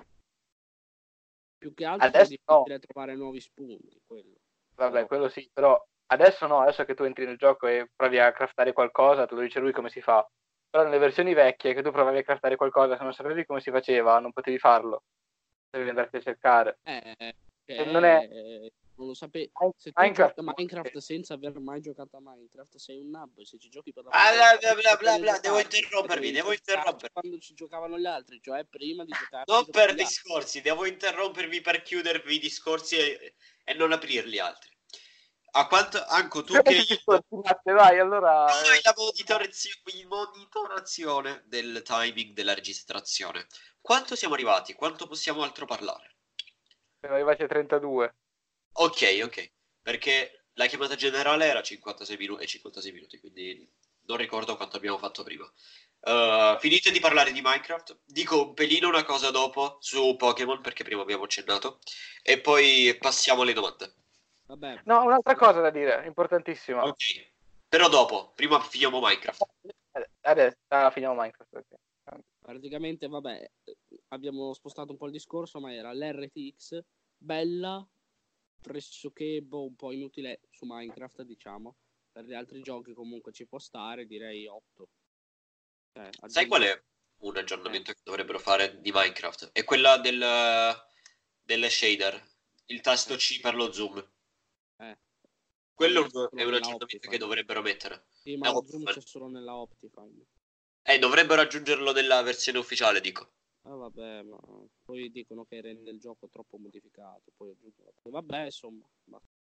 Più che altro
Adesso
è
no.
difficile trovare nuovi spunti, quello.
Vabbè,
Però-
quello sì, però adesso no, adesso che tu entri nel gioco e provi a craftare qualcosa, te lo dice lui come si fa. Però nelle versioni vecchie che tu provavi a craftare qualcosa, se non sapevi come si faceva, non potevi farlo. Devi andarti a cercare.
Eh,
E non è...
eh, non lo sapevi.
Min-
Se tu
Minecraft-
giochi a Minecraft senza aver mai giocato a Minecraft, sei un nabbo. E se ci giochi per la
Ah,
prima
bla,
volta,
bla, bla,
devi
bla, devo
giocarci,
interrompervi,
devi
devo
giocarci
interrompervi.
quando ci giocavano gli altri, cioè prima di giocare.
Non per discorsi, devo interrompervi per chiudervi i discorsi e, e non aprirli altri. A quanto, Anco, tu che
Vai, allora...
tu hai
eh,
la monitorazio- monitorazione del timing della registrazione. Quanto siamo arrivati? Quanto possiamo altro parlare?
siamo arrivati a trentadue.
Ok, ok, perché la chiamata generale era cinquantasei minuti e cinquantasei minuti, quindi non ricordo quanto abbiamo fatto prima. Uh, finite di parlare di Minecraft, dico un pelino una cosa dopo su Pokémon, perché prima abbiamo accennato, e poi passiamo alle domande.
Vabbè,
No, un'altra cosa da dire, importantissima.
Ok, però dopo, prima finiamo Minecraft.
Adesso ah, finiamo Minecraft. ok.
praticamente, vabbè, eh, abbiamo spostato un po' il discorso, ma era l'R T X, bella, pressoché boh, un po' inutile su Minecraft, diciamo. Per gli altri giochi comunque ci può stare, direi otto. Cioè,
Sai qual è un aggiornamento che dovrebbero fare di Minecraft? È quella del, delle shader, il tasto C per lo zoom.
Eh.
Quello
Solo
è un
nella
aggiornamento
Optifine.
che dovrebbero mettere.
Sì, ma
Eh,
lo
Optifine.
zoom c'è solo nella Optifine.
Eh, dovrebbero aggiungerlo nella versione ufficiale, dico.
Ah, vabbè, ma poi dicono che rende il gioco troppo modificato. Poi aggiungono. Vabbè, insomma. Ma...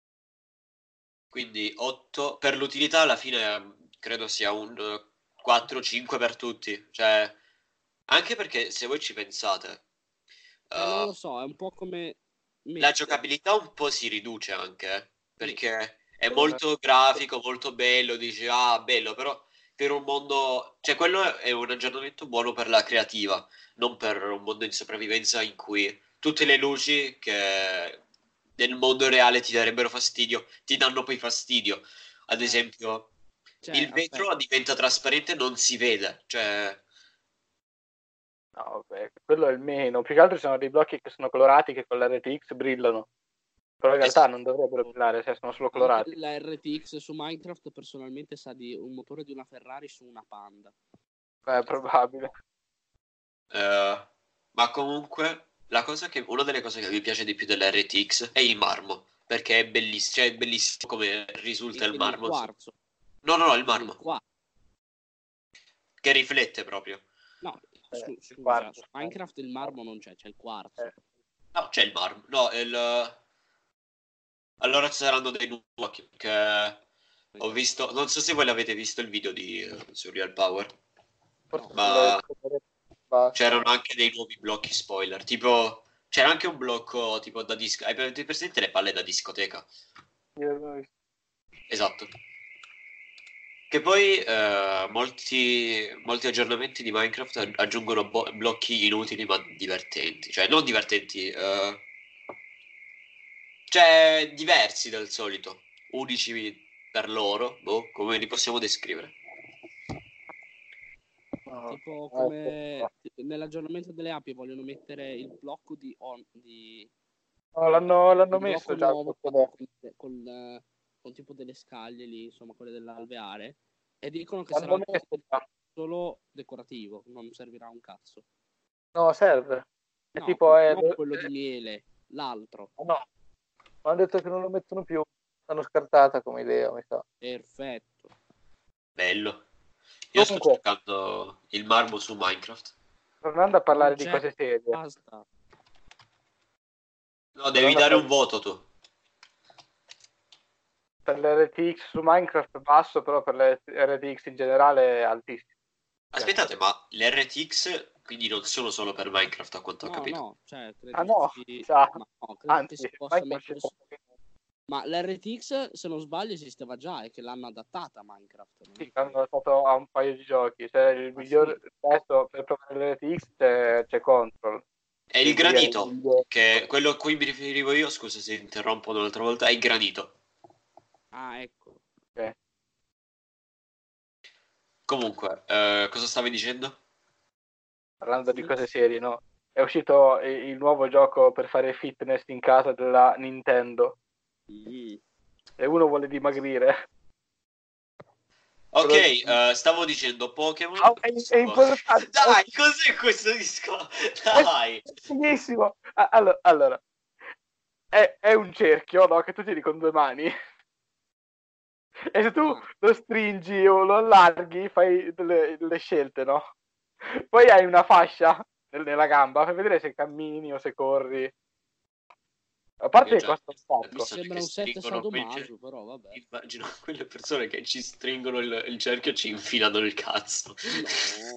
Quindi otto per l'utilità alla fine credo sia un eh, quattro cinque per tutti. Cioè, anche perché se voi ci pensate,
Eh, non
eh,
lo so, è un po' come...
la
mettere-
giocabilità un po' si riduce anche, eh, perché è
Eh,
molto grafico, molto bello, dici ah bello, però per un mondo, cioè quello è un aggiornamento buono per la creativa, non per un mondo di sopravvivenza in cui tutte le luci che nel mondo reale ti darebbero fastidio, ti danno poi fastidio. Ad esempio,
Cioè,
il vetro
aspetta.
diventa trasparente e non si vede, cioè
No, vabbè, quello è il meno. Più che altro ci sono dei blocchi che sono colorati che con l'R T X brillano. Però in realtà
esatto.
non dovrebbero brillare, cioè sono solo
Anche
colorati.
la R T X su Minecraft personalmente sa di un motore di una Ferrari su una Panda.
È probabile.
Eh, ma comunque la cosa che, una delle cose che mi piace di più dell'R T X è il marmo, perché è bellissimo, cioè è bellissimo come risulta il
Il
marmo.
quarzo.
No, no, no, il
Il
marmo,
qua-
che riflette proprio.
No,
Eh,
scu-
il
scusa,
quarzo.
su Minecraft il marmo non c'è, c'è il quarzo.
Eh,
No, c'è il marmo. No, il... Allora ci saranno dei nuovi blocchi, perché ho visto, non so se voi l'avete visto il video di eh, su Real Power,
forse
ma
le- basta.
c'erano anche dei nuovi blocchi spoiler, tipo c'era anche un blocco tipo da disco, hai presente le palle da discoteca? Esatto. Che poi eh, molti, molti aggiornamenti di Minecraft ag- aggiungono bo- blocchi inutili ma divertenti. Cioè, non divertenti, eh, cioè diversi dal solito. Unici per loro, boh, come li possiamo descrivere?
No,
Tipo
eh,
come nell'aggiornamento delle api vogliono mettere il blocco di, on, di
no, l'hanno, l'hanno
il
messo
blocco
già il
nuovo
blocco
fatto
adesso.
con, con, eh, con tipo delle scaglie lì, insomma, quelle dell'alveare, e dicono che
L'hanno
sarà
messo già.
solo decorativo, non servirà un cazzo.
No, serve. È
No,
tipo... È...
non quello di miele, l'altro.
No, mi hanno detto che non lo mettono più. L'hanno scartata come idea, mi sa.
Perfetto.
Bello. Io sto
Comunque,
cercando il marmo su Minecraft.
tornando a parlare
Non
di
c'è,
cose serie,
basta.
No, devi dare un voto tu.
per l'R T X su Minecraft è basso, però per l'R T X in generale è altissimo.
Aspettate, ma le R T X quindi non sono solo per Minecraft, a quanto ho
No,
capito.
no, cioè, credo
Ah no,
che si...
sa.
Ma no, credo
Anzi,
che si possa
Minecraft
mettere
c'è
su... Ma l'R T X, se non sbaglio, esisteva già e che l'hanno adattata a Minecraft. Non
sì,
è che-
hanno dato a un paio di giochi. Se il
Ma
miglior
sì.
adesso per provare l'R T X c'è, c'è Control.
È il
In teoria è il
granito,
migliore.
che quello a cui mi riferivo io, scusa se interrompo un'altra volta, è il granito.
Ah, ecco.
Ok.
Comunque, eh, cosa stavi dicendo?
Parlando di cose serie, no? È uscito il il nuovo gioco per fare fitness in casa della Nintendo
Mm.
e uno vuole dimagrire.
Ok,
Però-
eh, stavo dicendo Pokémon.
Ah, è, è importante.
Dai, cos'è questo disco? Dai!
È fighissimo. Ah, Allora, allora, è, è un cerchio, no? Che tu tieni con due mani. E se tu
Ah.
lo stringi o lo allarghi, fai delle, delle scelte, no? Poi hai una fascia nel- nella gamba per vedere se cammini o se corri. A parte
Io
che
già
costa un
le
Mi
sacco.
persone
sembra
che
un set
stringono quel
sadomaso,
cerchio.
però vabbè.
Immagino quelle persone che ci stringono il, il cerchio e ci infilano il cazzo.
No.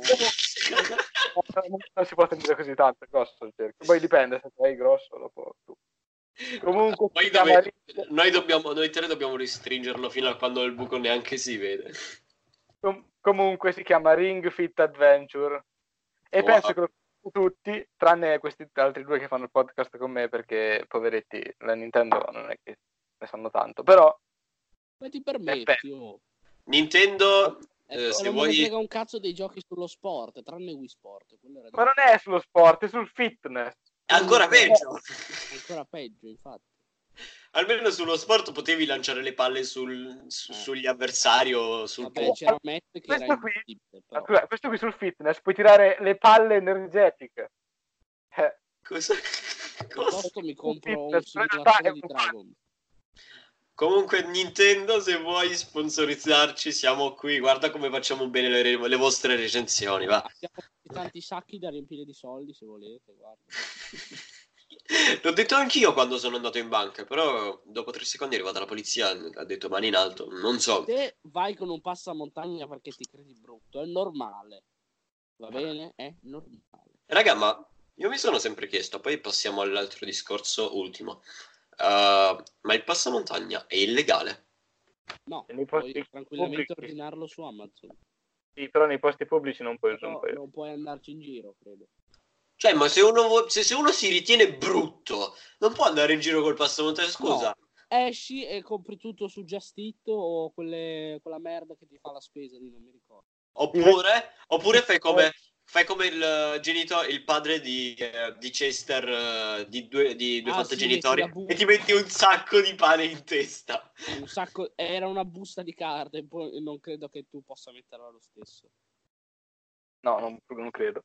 Non si può tenere così tanto è grosso il cerchio. Poi dipende se sei grosso dopo tu. Comunque
Poi
si chiama
dove-
Ring-
noi, dobbiamo, noi tre dobbiamo restringerlo fino a quando il buco neanche si vede.
com- comunque si chiama Ring Fit Adventure. E
Wow.
penso che lo conoscano tutti, tranne questi altri due che fanno il podcast con me, perché poveretti, la Nintendo non è che ne sanno tanto, però
Ma ti
è
permetti,
bello.
oh.
Nintendo,
Eh,
eh, se
non me ne
vuoi...
frega un cazzo dei giochi sullo sport, tranne Wii Sport. Quello era
Ma non è sullo sport, è sul fitness.
Ancora peggio!
ancora peggio, infatti.
Almeno sullo sport potevi lanciare le palle sul- su-
Eh.
sugli avversari o sul
Vabbè,
po'.
c'era Matt che era
Questo qui,
impossibile, però.
scusa, questo qui sul fitness puoi tirare le palle energetiche. Eh,
Cosa? Cosa?
Piuttosto mi
sul
compro un
fitness, però in realtà è
simulatore di
un-
Dragon.
Comunque Nintendo, se vuoi sponsorizzarci, siamo qui. Guarda come facciamo bene le, re- le vostre recensioni, va.
Abbiamo tanti sacchi da riempire di soldi, se volete, guarda.
L'ho detto anch'io quando sono andato in banca, però dopo tre secondi è arrivata la polizia, ha detto mani in alto, non so.
Se vai con un passamontagna perché ti credi brutto, è normale. Va bene? È normale.
Raga, ma io mi sono sempre chiesto, poi passiamo all'altro discorso ultimo. Uh, ma il passamontagna è illegale?
No,
nei
puoi
posti
tranquillamente
pubblici.
ordinarlo su Amazon.
Sì, però nei posti pubblici non puoi, non
Però
puoi.
non puoi andarci in giro, credo.
Cioè, ma se uno, vu- se, se uno si ritiene brutto, non può andare in giro col passamontagna, scusa.
No, esci e compri tutto su Just Eat o quelle, quella merda che ti fa la spesa lì, non mi ricordo.
Oppure, oppure fai come, fai come il genitore, il padre di, eh, di Chester, eh, di due, di due
Ah,
fante
sì,
genitori,
metti la bu-
e ti metti un sacco di pane in testa.
Un sacco, era una busta di carte, poi non credo che tu possa metterla lo stesso.
No, non, non credo.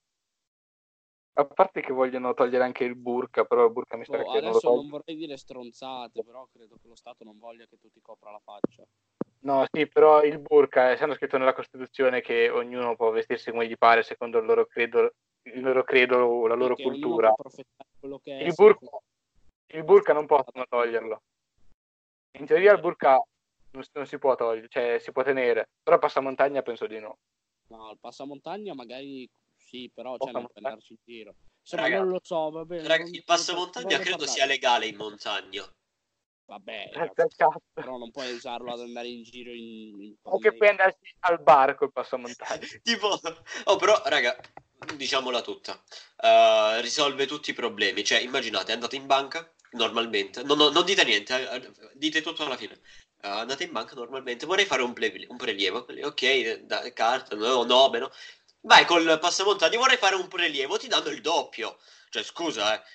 A parte che vogliono togliere anche il burka, però il burka mi sa
Oh,
che non lo
adesso
tolgono.
non vorrei dire stronzate, però credo che lo Stato non voglia che tu ti copra la faccia.
No, sì, però il burka, essendo scritto nella Costituzione che ognuno può vestirsi come gli pare secondo il loro credo, il loro credo, la loro
Che ognuno
cultura.
può professare quello che è.
Il
senza-
burka, il burka non possono toglierlo. In teoria il burka non, non si può togliere, cioè si può tenere, però passamontagna penso di no.
No, il passamontagna magari sì, però cioè, non puoi
Passamontagna.
andarci in giro. Insomma,
Raga,
non lo so, va bene.
Raga,
non-
il passamontagna
non voglio
credo
parlare.
sia legale in montagna.
Vabbè,
Grazie al cazzo.
però non puoi usarlo ad andare in giro in... in
O che puoi andarci al bar col passamontagna.
Tipo, oh, però, raga, diciamola tutta. Uh, risolve tutti i problemi. Cioè, immaginate, andate in banca normalmente. No, no, non dite niente, eh, dite tutto alla fine. Uh, andate in banca normalmente. Vorrei fare un, ple- un prelievo. Ok, da carta, no, nome, no? Vai col passamontagna, vorrei fare un prelievo, ti danno il doppio. Cioè, scusa, eh.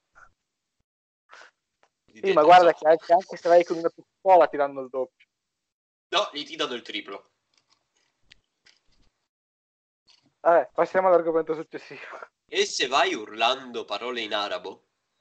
Sì, ma guarda che anche, anche se vai con una pistola ti danno il doppio.
No, lì ti danno il triplo.
Vabbè, passiamo all'argomento successivo.
E se vai urlando parole in arabo,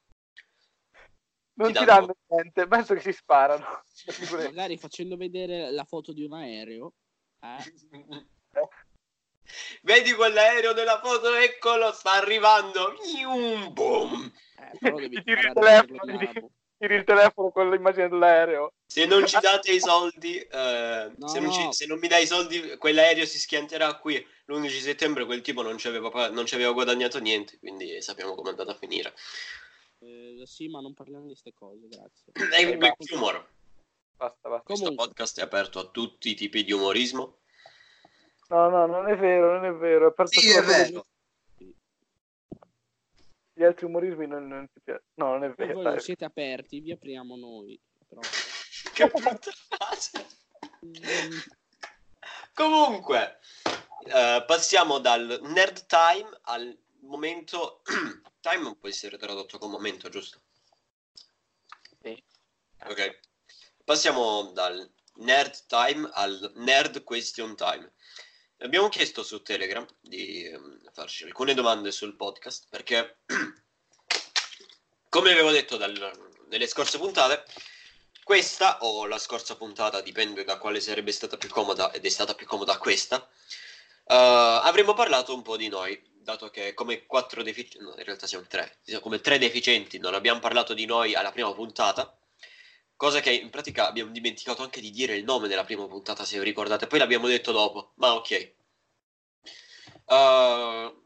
Non
ti
ti
danno...
danno niente, penso che si sparano.
Magari facendo vedere la foto di un aereo. Eh?
Vedi quell'aereo nella foto? Eccolo, sta arrivando. Ium, boom.
Eh, però devi
Ti tiri il
imparare a
telefono,
dirlo in
ti
arabo.
tiri il telefono con l'immagine dell'aereo.
Se non ci date i soldi, eh,
No,
se, non ci-
no.
se non mi dai i soldi, quell'aereo si schianterà qui. L'undici settembre quel tipo non ci aveva, pa- non ci aveva guadagnato niente, quindi sappiamo come è andata a finire.
Eh, sì, ma non parliamo di queste cose, grazie.
È il black humor.
Basta, basta.
Questo
Comunque.
podcast è aperto a tutti i tipi di umorismo.
No, no, non è vero, non è vero. È aperto
Sì,
solo
è
a quello
vero.
di- Gli altri umorismi non, non ti piacciono. No, non è
Se
vero.
voi
dai.
non siete aperti, vi apriamo noi. Però...
Che brutta frase.
Mm,
Comunque, eh, passiamo dal nerd time al momento... time può essere tradotto con momento, giusto?
Sì.
Ok. Passiamo dal nerd time al nerd question time. Abbiamo chiesto su Telegram di ehm, farci alcune domande sul podcast perché, come avevo detto dal- nelle scorse puntate, questa o la scorsa puntata, dipende da quale sarebbe stata più comoda, ed è stata più comoda questa, eh, avremmo parlato un po' di noi, dato che come quattro deficienti, no, in realtà siamo tre, come tre deficienti non abbiamo parlato di noi alla prima puntata. Cosa che in pratica abbiamo dimenticato anche di dire il nome della prima puntata, se vi ricordate. Poi l'abbiamo detto dopo, ma ok. Uh,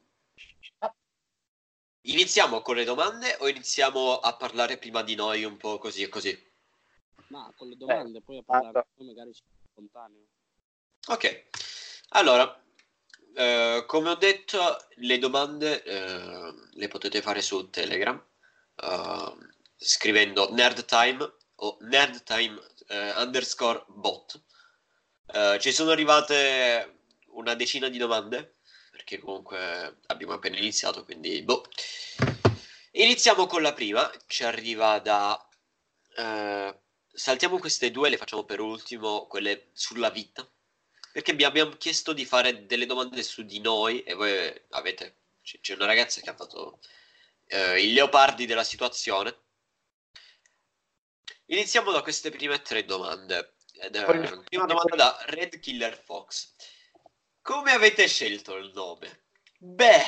iniziamo con le domande o iniziamo a parlare prima di noi un po' così e così?
ma con le domande,
Eh,
poi a parlare
basta.
poi magari c'è spontaneo.
Ok. Allora, eh, come ho detto, le domande eh, le potete fare su Telegram, eh, scrivendo nerdtime o nerdtime eh, underscore bot. Eh, ci sono arrivate una decina di domande, perché comunque abbiamo appena iniziato, quindi boh. Iniziamo con la prima, ci arriva da... eh, saltiamo queste due, le facciamo per ultimo, quelle sulla vita, perché vi abbiamo chiesto di fare delle domande su di noi e voi avete... c- C'è una ragazza che ha fatto eh, i leopardi della situazione. Iniziamo da queste prime tre domande. Ed, eh, prima domanda da Red Killer Fox. Come avete scelto il nome? Beh,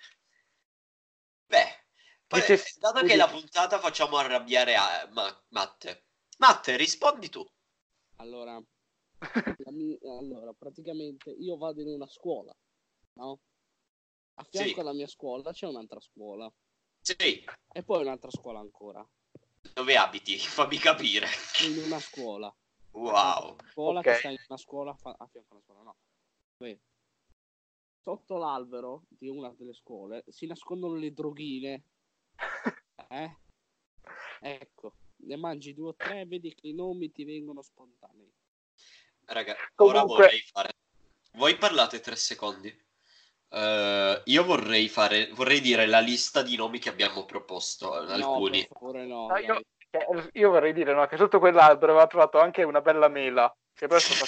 beh, poi,
Dice-
dato che la puntata facciamo arrabbiare a Ma- Matte. Matte, rispondi tu.
Allora, la mi- allora, praticamente io vado in una scuola, no? A fianco
Sì.
alla mia scuola c'è un'altra scuola
Sì,
e poi un'altra scuola ancora.
dove abiti? Fammi capire.
In una scuola.
Wow.
Una scuola
Ok.
che sta in una scuola fa- a fianco alla scuola, no. Beh, sotto l'albero di una delle scuole si nascondono le droghine. Eh? Ecco, ne mangi due o tre e vedi che i nomi ti vengono spontanei.
Raga, ora
Comunque-
vorrei fare... Voi parlate tre secondi. Eh, io vorrei fare... Vorrei dire la lista di nomi che abbiamo proposto. eh, Alcuni.
No, per favore no,
No,
dai.
io, eh, io vorrei dire no, che sotto quell'albero aveva trovato anche una bella mela, che però è stata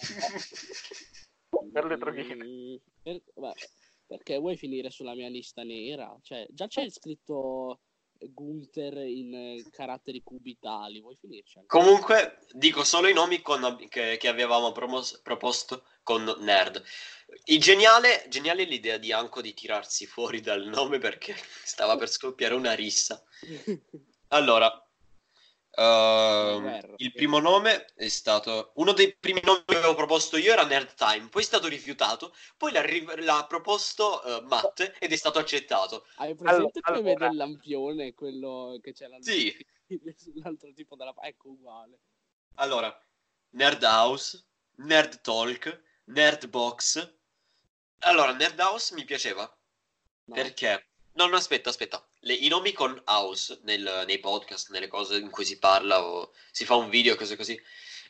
per le droghine.
Mm, per- beh, perché vuoi finire sulla mia lista nera? Cioè, già c'è scritto Gunther in eh, caratteri cubitali, vuoi finirci anche?
Comunque, dico solo i nomi con- che, che avevamo promos- proposto con Nerd. Il geniale, geniale l'idea di Anko di tirarsi fuori dal nome perché stava per scoppiare una rissa. Allora, ehm,
guerra.
il primo nome è stato... Uno dei primi nomi che avevo proposto io era Nerd Time, poi è stato rifiutato, poi l'ha, ri- l'ha proposto eh, Matt ed è stato accettato.
Hai presente
Allora-
il meme
allora.
del lampione, quello che c'è l'altro,
Sì.
l'altro tipo della... Ecco, uguale.
Allora, Nerd House, Nerd Talk, Nerd Box. Allora, Nerd House mi piaceva
No.
perché... No, no, aspetta, aspetta. Le- I nomi con house nel- nei podcast, nelle cose in cui si parla o si fa un video, cose così,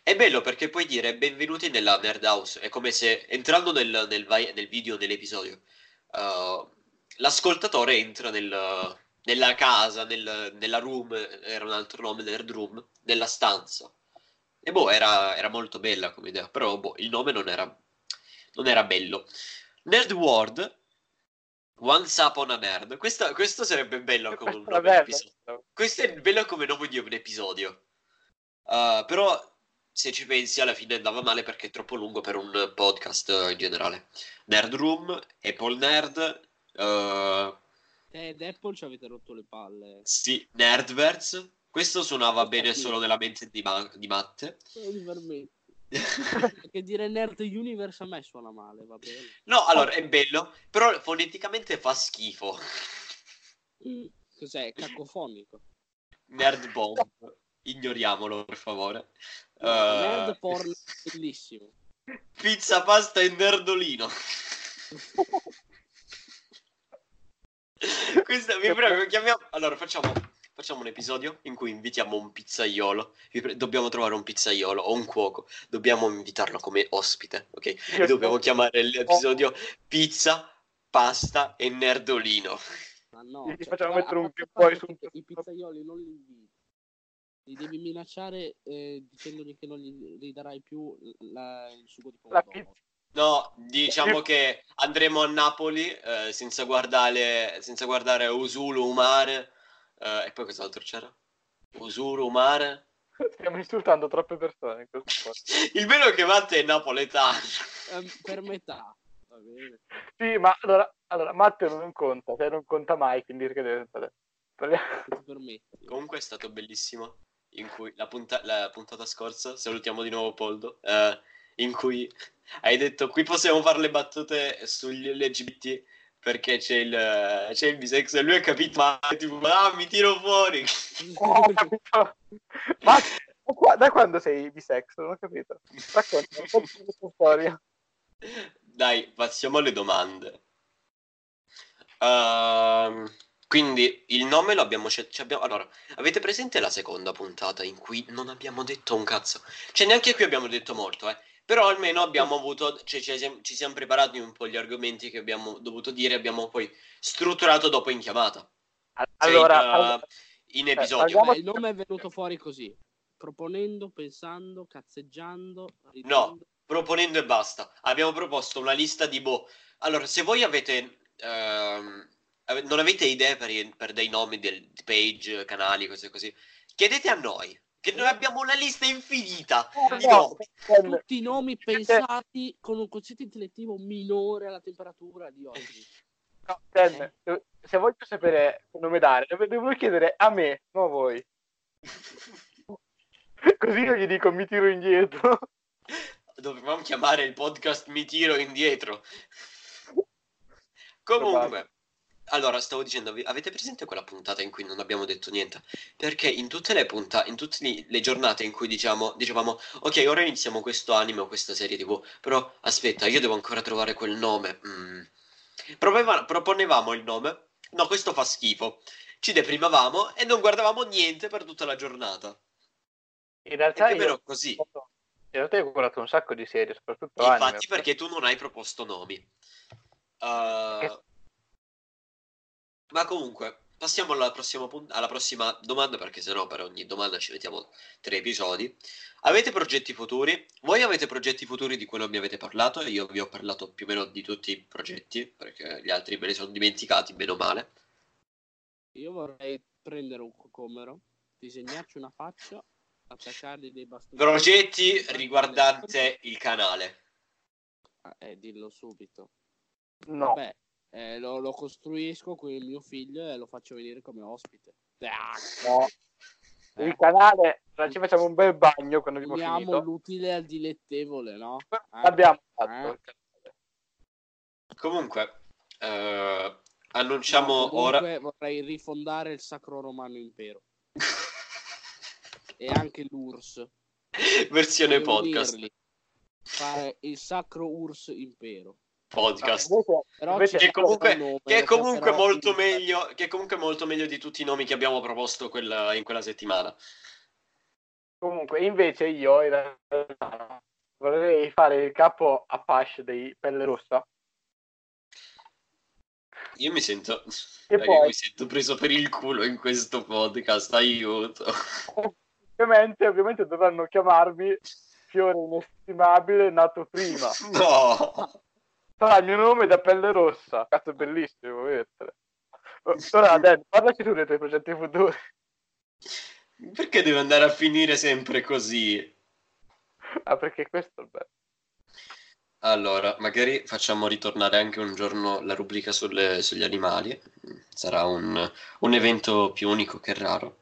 È bello perché puoi dire benvenuti nella Nerd House. È come se entrando nel, nel, vai- nel video, nell'episodio, uh, l'ascoltatore entra nel- nella casa, nel- nella room, era un altro nome, Nerd Room, nella stanza. E boh, era, era molto bella come idea, però boh, il nome non era, non era bello. Nerd World, Once Upon a Nerd. Questo, questo sarebbe bello come un
Questa è
nome di
bella.
episodio. Questo è bello come nome di un episodio. Uh, però se ci pensi alla fine andava male perché è troppo lungo per un podcast uh, in generale. Nerd Room, Apple Nerd, uh,
Ed Apple ci avete rotto le palle.
sì, Nerdverse. Questo suonava
Questa
bene
sì.
solo nella mente di, Ma- di Matte.
Non mi permetto. Perché dire Nerd Universe a me suona male, va bene.
No, allora è bello, però foneticamente fa schifo.
Mm, Cos'è? Cacofonico.
Nerd Bomb, ignoriamolo per favore.
No,
Uh,
Nerd porno è bellissimo.
Pizza, pasta e nerdolino. Questa mi prego, chiamiamo. Allora, facciamo, facciamo un episodio in cui invitiamo un pizzaiolo. Vi pre- Dobbiamo trovare un pizzaiolo o un cuoco. Dobbiamo invitarlo come ospite, ok? E dobbiamo chiamare l'episodio Pizza, pasta e nerdolino.
Ma no,
Gli
cioè,
facciamo
guarda,
mettere
a
un
parte
più poi
il
su-
fatto che i pizzaioli non li inviti. Li devi minacciare eh, dicendogli che non gli ridarai più la- il sugo di
La
pomodoro.
pizza.
No, diciamo che andremo a Napoli eh, senza guardare, senza guardare Usulu, Umare. Eh, e poi cos'altro c'era? Usuru, Umare.
Stiamo insultando troppe persone in questo podcast.
Il bello è che Matte è napoletano.
Ehm, per metà, va bene.
Sì, ma allora, allora Matteo non conta, cioè non conta mai, quindi perché deve stare? Parliamo-
Se ti permetti.
Comunque è stato bellissimo. In cui la, punta- la puntata scorsa, salutiamo di nuovo Poldo, eh, in cui hai detto qui possiamo fare le battute sugli L G B T perché c'è il, c'è il bisex e lui ha capito, ma tipo, ah, mi tiro fuori.
Oh, ho capito. Ma da qua- da quando sei bisex? Non ho capito. Racconta un po' di questa storia.
Dai, passiamo alle domande. Ehm, quindi il nome lo abbiamo scelto. Allora, avete presente la seconda puntata in cui non abbiamo detto un cazzo? Cioè, neanche qui abbiamo detto molto, eh. Però almeno abbiamo avuto. Cioè, ci, siamo, ci siamo preparati un po' gli argomenti che abbiamo dovuto dire. Abbiamo poi strutturato dopo in chiamata.
Allora,
Cioè, in,
allora,
uh, in episodio.
parliamo-
Beh, il nome è venuto fuori così. Proponendo, pensando, cazzeggiando,
No,
ridendo.
proponendo e basta. Abbiamo proposto una lista di boh. Allora, se voi avete. ehm, ave- non avete idee per, i- per dei nomi del, di page, canali, cose così, chiedete a noi. Che noi abbiamo una lista infinita
No,
di
no,
nomi.
Ken,
Tutti i nomi pensati con un quoziente intellettivo minore alla temperatura di oggi.
no, Ken, se voglio sapere che nome dare, devo devo chiedere a me, non a voi. Così io gli dico mi tiro indietro.
Dovevamo chiamare il podcast Mi tiro indietro. Comunque, allora stavo dicendo, vi- avete presente quella puntata in cui non abbiamo detto niente? Perché in tutte le puntate, in tutte li- le giornate in cui diciamo, dicevamo, ok, ora iniziamo questo anime o questa serie tivù, però aspetta, io devo ancora trovare quel nome. Mm. Proveva- proponevamo il nome, no, questo fa schifo. Ci deprimavamo e non guardavamo niente per tutta la giornata.
In
E
realtà
più o meno
io,
così.
in realtà io ho guardato un sacco di serie, soprattutto
E
anime.
infatti perché tu non hai proposto nomi. Uh, ma comunque, passiamo alla prossima, punt- alla prossima domanda, perché sennò per ogni domanda ci mettiamo tre episodi. Avete progetti futuri? Voi avete progetti futuri di cui non mi avete parlato? Io vi ho parlato più o meno di tutti i progetti, perché gli altri me ne sono dimenticati, bene o male.
Io vorrei prendere un cocomero, disegnarci una faccia, attaccargli dei bastoni.
Progetti riguardante il canale.
Eh, dillo subito.
No.
Vabbè, eh, lo, lo costruisco con il mio figlio e lo faccio venire come ospite. Ah,
No.
Eh.
Il canale, allora, ci facciamo un bel bagno quando abbiamo
uniamo
finito.
l'utile al dilettevole, no? Eh?
L'abbiamo fatto.
Eh?
il canale.
Comunque, eh, annunciamo
No, comunque
ora...
vorrei rifondare il Sacro Romano Impero e anche l'U R S S.
Versione
E
podcast.
unirli. Fare il Sacro U R S S Impero.
Podcast.
Invece-
Però
invece-
Che comunque,
un nome,
che è
lo
comunque
chiamerò
molto
il-
meglio, che è comunque molto meglio di tutti i nomi che abbiamo proposto quella- in quella settimana.
Comunque, invece io in realtà vorrei fare il capo Apache dei Pelle Rossa.
Io mi sento,
E
raga, io
poi,
mi sento preso per il culo in questo podcast, aiuto.
ovviamente, ovviamente dovranno chiamarmi Fiore inestimabile nato prima.
No!
Sarà il mio nome da Pelle Rossa. Cazzo, è bellissimo, vedete. Ora, Dan, parlaci tu dei tuoi progetti futuri.
Perché deve andare a finire sempre così?
Ah, perché questo è bello.
Allora, magari facciamo ritornare anche un giorno la rubrica sulle- sugli animali. Sarà un, un evento più unico che raro.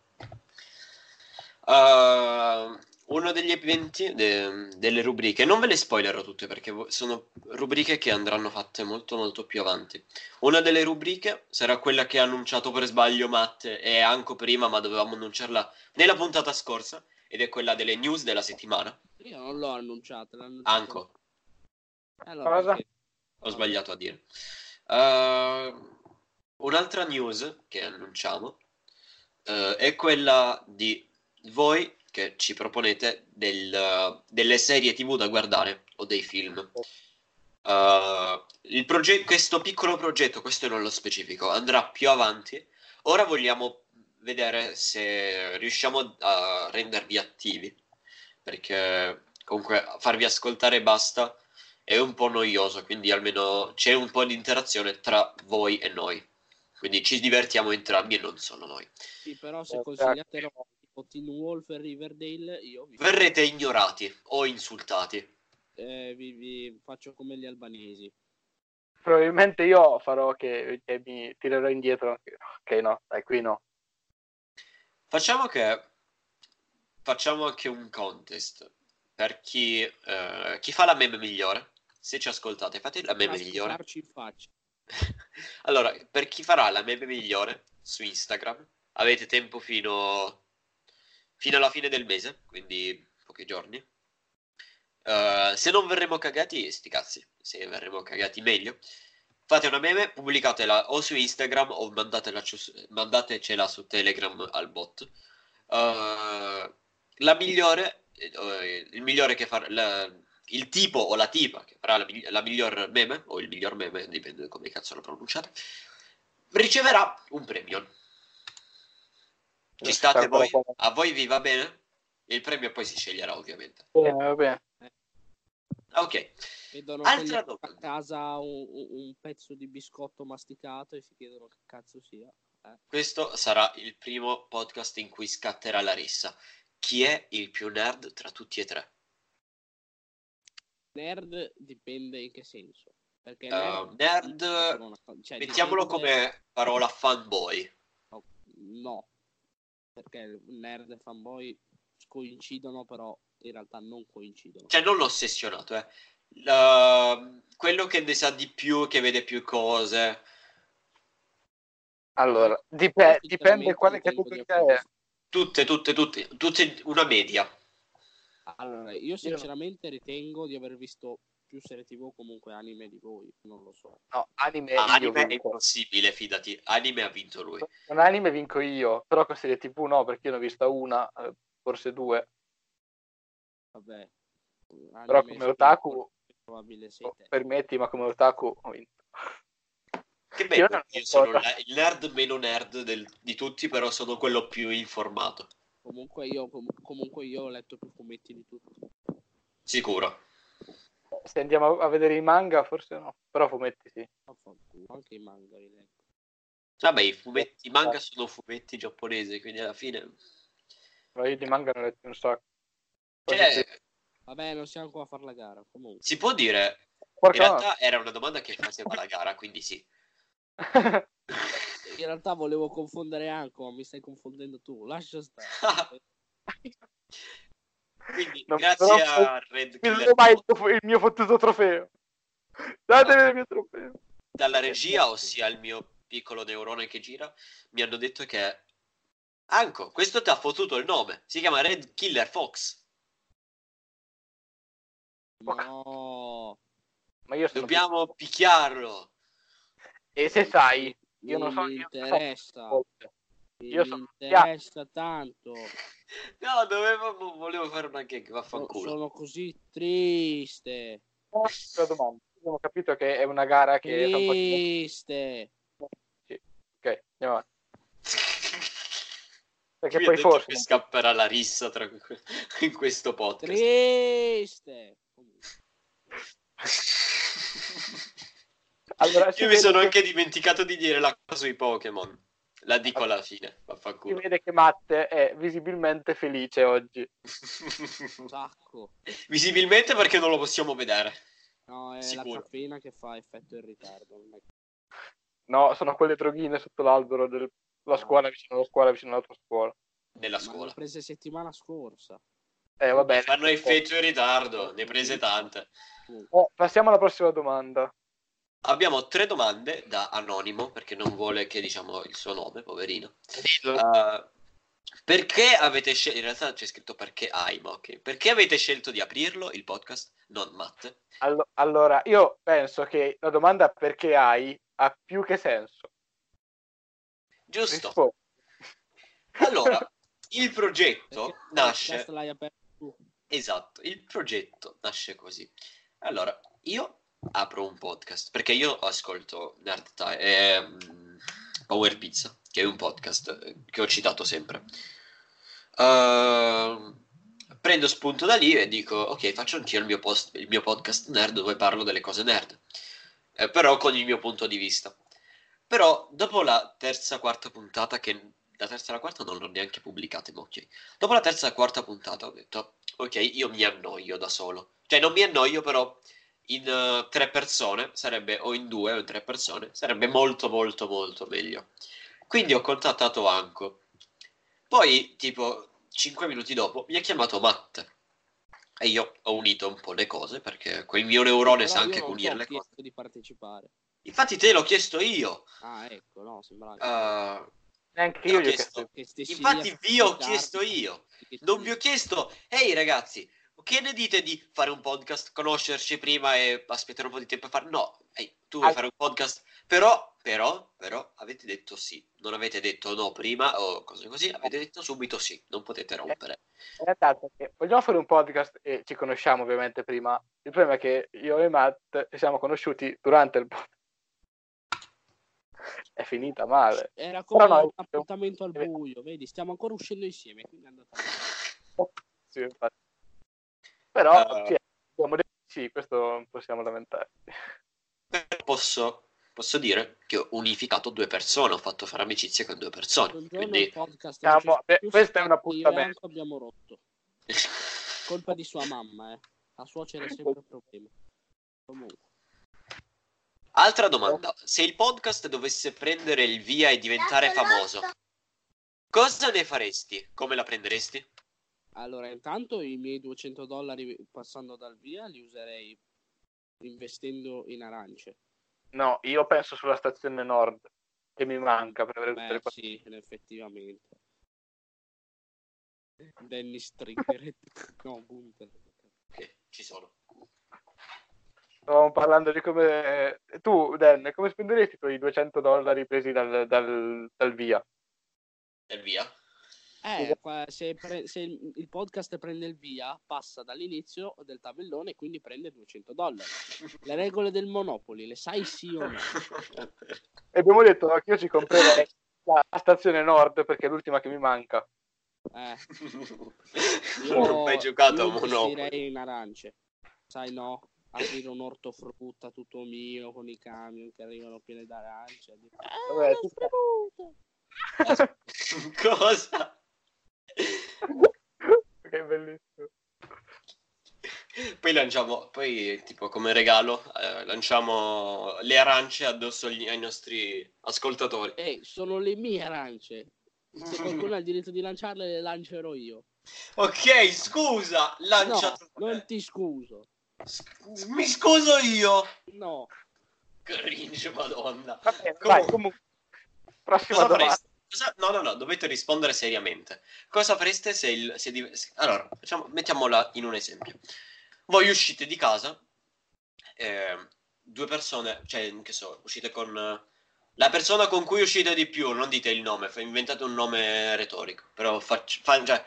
Uh, uno degli eventi de- delle rubriche, non ve le spoilerò tutte perché vo- sono rubriche che andranno fatte molto molto più avanti. Una delle rubriche sarà quella che ha annunciato per sbaglio Matt e anche prima, ma dovevamo annunciarla nella puntata scorsa, ed è quella delle news della settimana.
Io non l'ho annunciata, l'ho annunciata.
Anco.
Allora,
Cosa?
perché-
Ho sbagliato a dire. Uh, un'altra news che annunciamo uh, è quella di voi che ci proponete del, delle serie tivù da guardare o dei film. Uh, il proge- questo piccolo progetto, questo non lo specifico, andrà più avanti. Ora vogliamo vedere se riusciamo a rendervi attivi, perché comunque farvi ascoltare e basta è un po' noioso, quindi almeno c'è un po' di interazione tra voi e noi. Quindi ci divertiamo entrambi e non solo noi.
Sì, però se consigliate roba tipo Teen Wolf e Riverdale, io vi,
Verrete ignorati o insultati.
eh, vi, vi faccio come gli albanesi.
Probabilmente io farò che, che mi tirerò indietro. Ok, no, dai, qui no.
Facciamo che facciamo anche un contest per chi, eh, chi fa la meme migliore. Se ci ascoltate, fate la meme
Potrà
migliore.
sputarci in faccia.
Allora, per chi farà la meme migliore su Instagram, avete tempo fino, fino alla fine del mese, quindi pochi giorni. Uh, se non verremo cagati, sti cazzi, se verremo cagati meglio. Fate una meme, pubblicatela o su Instagram o mandatela, mandatecela su Telegram al bot. Uh, la migliore, uh, il migliore che farà, la, il tipo o la tipa che farà la, la miglior meme, o il miglior meme, dipende da come cazzo lo pronunciate, riceverà un premio. Ci state voi? A voi vi va bene? Il premio poi si sceglierà ovviamente.
Bene, va bene.
Ok.
Vedono
Altra
a
domanda.
casa un, un pezzo di biscotto masticato e si chiedono che cazzo sia. Eh.
Questo sarà il primo podcast in cui scatterà la rissa. Chi è il più nerd tra tutti e tre?
Nerd dipende in che senso. Perché
Uh,
nerd,
nerd,
una... cioè,
mettiamolo
dipende...
come parola fanboy.
Oh, no, perché nerd e fanboy coincidono, però in realtà non coincidono.
Cioè, non l'ossessionato, eh. Uh, quello che ne sa di più, che vede più cose.
Allora, dip- dipende quale categoria è.
Tutte, tutte, tutte, tutte una media.
Allora, io sinceramente io ritengo di aver visto più serie tivù o comunque anime di voi, non lo so.
No, anime,
ah, anime è impossibile, fidati. Anime ha vinto lui.
Un anime vinco io, però con serie tivù no, perché io ne ho vista una, forse due.
Vabbè.
Però come otaku,
probabile
oh, permetti, ma come otaku ho vinto.
Che bello, io, io sono il nerd meno nerd del, di tutti, però sono quello più informato.
Comunque io, com- comunque io ho letto più fumetti di tutti.
Sicuro.
Se andiamo a vedere i manga, forse no, però fumetti sì.
Anche i manga li leggo.
Vabbè, i fumetti, i manga sono fumetti giapponesi, quindi alla fine...
Ma io di manga ne ho letti un sacco.
Cioè...
Vabbè, non siamo qua a fare la gara, comunque.
Si può dire...
Porca
in realtà no. Era una domanda che faceva la gara, quindi sì.
In realtà volevo confondere anche, ma mi stai confondendo tu. Lascia stare.
Quindi,
non
grazie a Red Killer.
Non mai il mio fottuto trofeo. Datemi ah. il mio trofeo.
Dalla regia, ossia il mio piccolo neurone che gira, mi hanno detto che Anco, questo ti ha fottuto il nome. Si chiama Red Killer Fox.
No.
Ma io
Dobbiamo più... picchiarlo.
E se sai, io
mi
non so.
Mi interessa.
Io, io
mi
sono
interessa tanto.
No, dovevo, volevo fare una gag, vaffanculo.
Sono così triste.
La domanda. Abbiamo capito che è una gara che fa un po' di...
Triste.
Sì. Ok, andiamo avanti. Perché
Qui
poi
ho detto
forse...
che scapperà la rissa tra... in questo podcast.
Triste.
Allora, si
Io mi
vede
sono
che-
anche dimenticato di dire la cosa sui Pokémon. La dico alla fine,
Si
vaffanculo.
vede che Matt è visibilmente felice oggi.
Un sacco.
Visibilmente perché non lo possiamo vedere.
No, è
Sicuro.
la caffeina che fa effetto in ritardo. Non è...
No, sono quelle droghine sotto l'albero della
Ah.
scuola, vicino alla scuola, vicino alla tua scuola.
Nella
Ma
scuola.
l'ho prese settimana scorsa.
Eh, vabbè.
Fanno effetto in ritardo, ne prese tante.
Oh, passiamo alla prossima domanda.
Abbiamo tre domande da Anonimo, perché non vuole che diciamo il suo nome, poverino.
Dillo.
Uh, perché avete scelto, in realtà c'è scritto perché hai, ma ok. Perché avete scelto di aprirlo, il podcast, non Matt?
Allo- allora, io penso che la domanda perché hai ha più che senso.
Giusto.
Rispondo.
Allora, il progetto
Perché il
nasce...
podcast l'hai aperto tu.
Esatto, il progetto nasce così. Allora, io apro un podcast, perché io ascolto Nerd Time, ehm, Power Pizza, che è un podcast eh, che ho citato sempre. Uh, prendo spunto da lì e dico, ok, faccio anch'io il mio, post, il mio podcast nerd dove parlo delle cose nerd, eh, però con il mio punto di vista. Però dopo la terza, quarta puntata, che la terza e la quarta non l'ho neanche pubblicate, ma ok. Dopo la terza e quarta puntata ho detto, ok, io mi annoio da solo. Cioè non mi annoio, però in uh, tre persone, sarebbe, o in due o in tre persone, sarebbe molto molto molto meglio. Quindi ho contattato Anco. Poi, tipo, cinque minuti dopo, mi ha chiamato Matt. E io ho unito un po' le cose, perché quel mio neurone sa
Però io
anche
non ti
unire
ho
le cose.
chiesto di partecipare.
Infatti te l'ho chiesto io.
Ah, ecco, no, sembrava
Uh,
Neanche
te
io
l'ho
gli ho
chiesto.
chiesto.
che stessi
Infatti
lì a
vi ho
spiegarti
chiesto io.
che
Non
tu-
vi ho chiesto, ehi ragazzi, che ne dite di fare un podcast, conoscerci prima e aspettare un po' di tempo e fare... No, ehi, tu vuoi
Al-
fare un podcast? Però, però, però, avete detto sì. Non avete detto no prima o cose così, avete detto subito sì. Non potete rompere.
In realtà, perché vogliamo fare un podcast e ci conosciamo ovviamente prima. Il problema è che io e Matt ci siamo conosciuti durante il podcast. È finita male.
Era
Però
come
no,
un appuntamento al buio, vedi, stiamo ancora uscendo insieme, quindi è andata bene.
sì, infatti. Però
Uh,
sì, abbiamo detto sì, questo non possiamo lamentarci.
posso, posso dire che ho unificato due persone, ho fatto fare amicizie con due persone.
Un giorno
Quindi...
il podcast non
Siamo-
c'è
beh,
più,
questo è un
io e
appuntamento.
Anco abbiamo rotto. Colpa di sua mamma, eh. La suocera è sempre un problema. Comunque.
Altra domanda, se il podcast dovesse prendere il via e diventare famoso, cosa ne faresti? Come la prenderesti?
Allora, intanto i miei duecento dollari passando dal via li userei investendo in arance.
No, io penso sulla stazione nord, che mi manca per avere tutte
Beh,
le cose.
sì, effettivamente. Dennis Trigger. No, Gunther.
Ok, ci sono.
Stavamo parlando di come... Tu, Dan, come spenderesti i tuoi duecento dollari presi dal, dal, dal via?
E via?
Eh, qua- se, pre- se il il podcast prende il via, passa dall'inizio del tabellone e quindi prende duecento dollari. Le regole del Monopoly, le sai sì o no?
E abbiamo detto no, che io ci comprerei la stazione nord perché è l'ultima che mi manca.
Eh,
Tu non hai
io,
giocato
io
a Monopoly.
investirei in arance. Sai no? Aprire un ortofrutta tutto mio con i camion che arrivano pieni d'arance. Eh,
Vabbè,
le
tu-
spremute!
Cosa?
Che bellissimo.
Poi lanciamo, poi tipo come regalo, eh, lanciamo le arance addosso agli- ai nostri ascoltatori.
Eh, sono le mie arance. Se qualcuno ha il diritto di lanciarle, le lancerò io.
Ok, scusa,
No,
lancia tu.
non ti scuso.
S- Mi scuso io.
No.
Cringe, madonna.
Va bene,
Comunque,
vai, comunque. Prossima
cosa
domanda.
fareste? Cosa- No, no, no, dovete rispondere seriamente. Cosa fareste se il... Se div- se- Allora, facciamo, mettiamola in un esempio. Voi uscite di casa, eh, due persone, cioè, che so, uscite con... eh, la persona con cui uscite di più, non dite il nome, fa- inventate un nome retorico, però faccio, fa- cioè,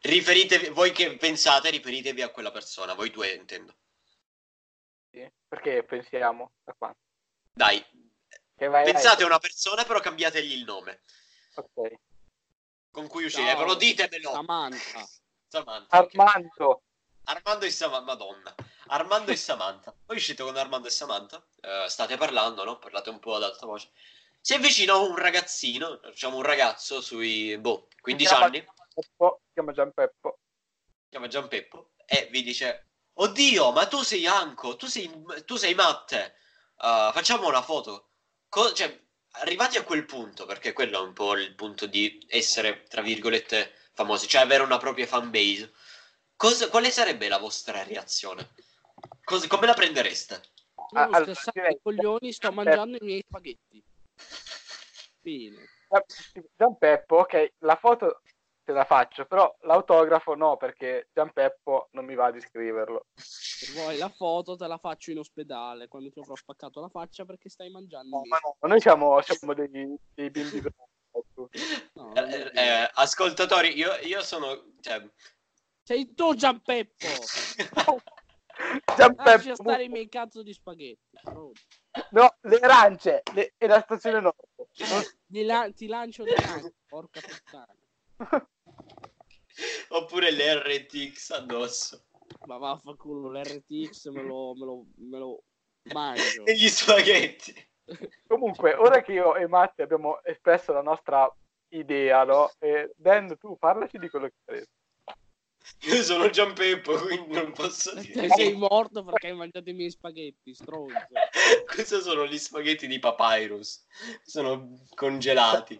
riferitevi, voi che pensate, riferitevi a quella persona, voi due intendo.
Sì, perché pensiamo a quanto?
Dai,
Che vai,
pensate
vai.
a una persona, però cambiategli il nome.
Ok.
Con cui uscire,
Ciao,
però ditemelo.
Samantha.
Samantha, ok.
Armando.
Armando e Samantha, Madonna. Armando e Samantha. Poi uscite con Armando e Samantha, eh, state parlando, no? Parlate un po' ad alta voce. Si avvicina un ragazzino, diciamo un ragazzo sui, boh, quindici
chiama
anni,
Gianpeppo, si chiama Gianpeppo.
si chiama Gianpeppo, e vi dice, oddio, ma tu sei Anco, tu sei, tu sei Matte, uh, facciamo una foto. Co- cioè, arrivati a quel punto, perché quello è un po' il punto di essere, tra virgolette, famosi, cioè avere una propria fanbase, cosa, quale sarebbe la vostra reazione? Cos- come la prendereste?
Non
Ah, allora,
scherzate
direi-
i coglioni, sto
Gianpeppo-
mangiando i miei spaghetti. Fine.
Gianpeppo, ok, la foto te la faccio, però l'autografo no, perché Gianpeppo non mi va di scriverlo.
Se vuoi la foto te la faccio in ospedale quando ti avrò spaccato la faccia perché stai mangiando
No,
i
ma
miei
no, noi siamo, siamo dei, dei bimbi grossi.
No,
Eh,
non è
eh,
vero.
eh, ascoltatori, io, io sono... Cioè...
Sei tu Gianpeppo!
Gianpeppo,
Lascia stare i miei cazzo di spaghetti. Oh.
no, le arance le, e la stazione nord. Non-
Ti, la- ti lancio le arance, porca puttana.
Oppure l'R T X addosso.
Ma vaffanculo, l'R T X me lo, me lo, me lo mangio.
E gli spaghetti.
Comunque, ora che io e Matti abbiamo espresso la nostra idea, no? E Dan, tu parlaci di quello che credi.
Io sono Gianpeppo, quindi non posso
E
dire.
te sei morto perché hai mangiato i miei spaghetti, stronzo.
Questi sono gli spaghetti di Papyrus. Sono congelati.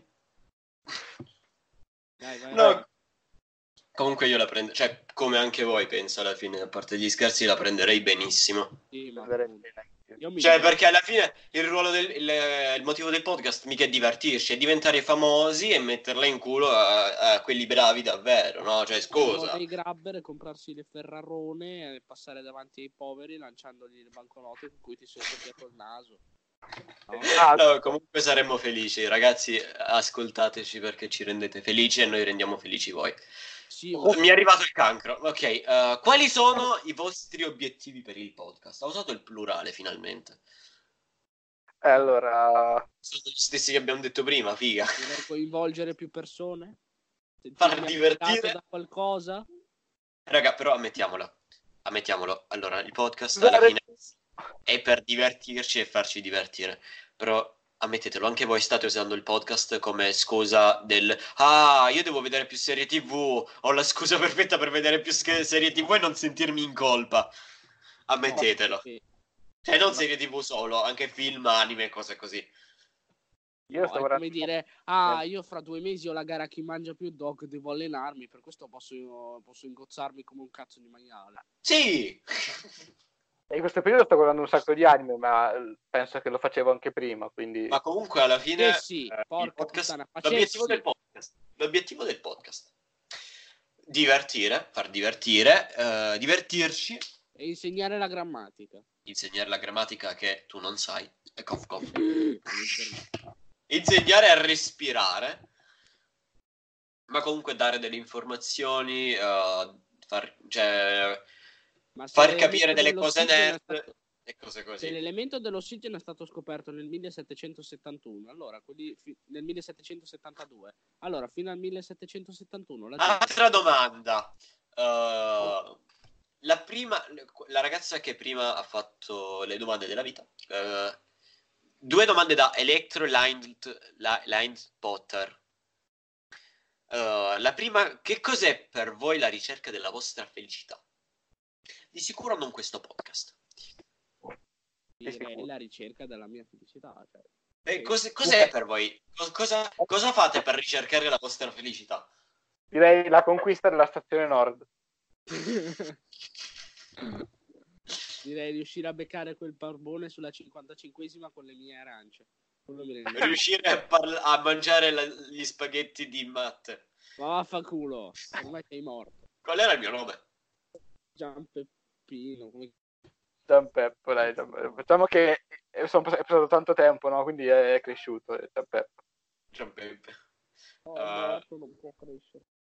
Dai, vai
No.
avanti.
Comunque io la prendo, cioè come anche voi penso alla fine, a parte gli scherzi, la prenderei benissimo.
Sì, ma
Vedere
appunto.
bene.
Io mi
Cioè,
diverto.
perché alla fine il ruolo del il, il motivo del podcast mica è divertirci, è diventare famosi e metterla in culo a, a quelli bravi davvero, no? Cioè,
Uno
scusa.
dei grabber e comprarsi le Ferrarone e passare davanti ai poveri lanciandogli le banconote con cui ti sei soffiato il naso. No?
Ah,
No, comunque saremmo felici, ragazzi, ascoltateci perché ci rendete felici e noi rendiamo felici voi.
Sì,
Oh,
Mi è arrivato il cancro. Ok, eh, quali sono i vostri obiettivi per il podcast? Ho usato il plurale finalmente.
eh, allora,
Sono gli stessi che abbiamo detto prima, figa.
vorrei coinvolgere più persone?
Far
Sentirmi
divertire.
appagato da qualcosa?
Raga, però ammettiamola. Ammettiamolo. Allora, il podcast alla fine è per divertirci e farci divertire. Però ammettetelo, anche voi state usando il podcast come scusa del ah, io devo vedere più serie tivù. Ho la scusa perfetta per vedere più sch- serie tivù e non sentirmi in colpa. Ammettetelo.
Sì.
Cioè, non serie tivù solo, anche film, anime, cose così.
io
No,
sto
è
guardando...
come dire, ah, io fra due mesi ho la gara a chi mangia più dog, devo allenarmi, per questo posso, posso ingozzarmi come un cazzo di maiale.
Sì!
In questo periodo sto guardando un sacco di anime, ma penso che lo facevo anche prima, quindi...
Ma comunque alla fine
Eh sì,
eh, il
porca
podcast,
puttana,
l'obiettivo
facessi.
del podcast, l'obiettivo del podcast, divertire, far divertire, eh, divertirci,
E insegnare la grammatica.
insegnare la grammatica che tu non sai, e cough cough.
Non mi permetto.
Insegnare a respirare, ma comunque dare delle informazioni, eh, far, cioè,
Ma se
far
l'elemento
capire delle cose
dell'ossigeno è
nerd
stato-
e cose
Se
così.
l'elemento dell'ossigeno è stato scoperto nel millesettecentosettantuno, allora quelli fi- nel millesettecentosettantadue, allora fino al millesettecentosettantuno la gente...
Altra domanda. Uh, la prima, la ragazza che prima ha fatto le domande della vita. Uh, due domande da Electro Lined, Lined Potter. Uh, la prima, che cos'è per voi la ricerca della vostra felicità? Di sicuro non questo podcast.
Direi la ricerca della mia felicità. Cioè.
E cos- cos'è per voi? Cosa, cosa fate per ricercare la vostra felicità?
Direi la conquista della stazione nord.
Direi riuscire a beccare quel barbone sulla cinquantacinquesima con le mie arance. Quello mi rende...
Riuscire a, parla- a mangiare la- gli spaghetti di Matte.
Ma vaffanculo, ormai sei morto.
Qual era il mio nome?
Giampeppino, come...
Gianpeppo, dai, Gianpeppo. Facciamo che è sono pass- è passato tanto tempo, no? Quindi è cresciuto, eh, Gianpeppo.
Gianpeppe.
Oh,
Uh,
morto, non può crescere.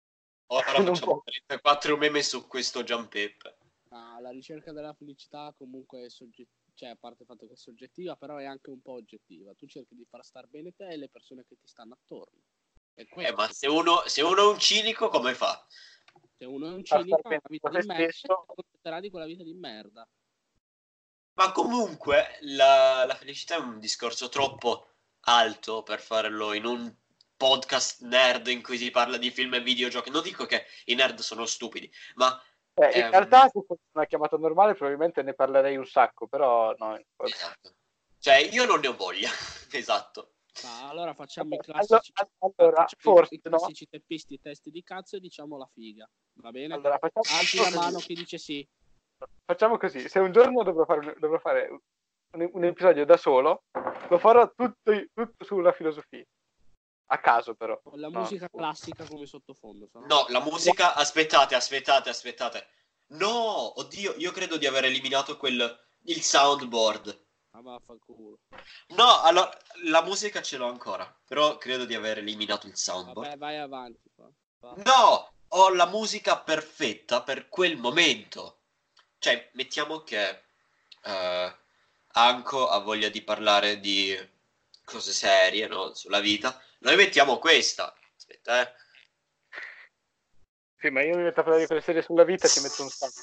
Ora
Non
facciamo
può.
trentaquattro meme su questo Giampeppe.
Ah, la ricerca della felicità comunque è soggettiva, cioè a parte il fatto che è soggettiva, però è anche un po' oggettiva. Tu cerchi di far star bene te e le persone che ti stanno attorno. E
Eh,
questo,
ma se uno, se uno è un cinico, come fa?
se uno è un
Far star
cinico, ha
bene
una vita
con
di
se
merda,
stesso.
ti accontenterà di quella vita di merda.
Ma comunque la, la felicità è un discorso troppo alto per farlo in un podcast nerd in cui si parla di film e videogiochi. Non dico che i nerd sono stupidi, ma
Eh, in
ehm,
realtà, se fosse una chiamata normale, probabilmente ne parlerei un sacco, però no.
esatto. Cioè, io non ne ho voglia. Esatto.
Ma allora facciamo i
Allora,
classici,
allora,
facciamo i-
forse,
i
no?
classici teppisti testi di cazzo e diciamo la figa. Va bene?
Allora, facciamo,
Alzi la
facciamo
mano
così.
chi dice sì.
Facciamo così. Se un giorno dovrò fare, un, dovrò fare un, un episodio da solo, lo farò tutto, tutto sulla filosofia. A caso, però.
Con la
No.
musica classica come sottofondo. se no?
No, la musica. Aspettate, aspettate, aspettate. No, oddio, io credo di aver eliminato quel. Il soundboard.
Ah, vaffanculo.
No, allora, la musica ce l'ho ancora, però credo di aver eliminato il soundboard.
Vabbè, vai avanti. Fa. Fa.
No, ho la musica perfetta per quel momento. Cioè, mettiamo che eh, Anko ha voglia di parlare di cose serie, no? Sulla vita. Noi mettiamo questa. Aspetta, eh.
Sì, ma io mi metto a parlare di quelle serie sulla vita e ci metto un sacco.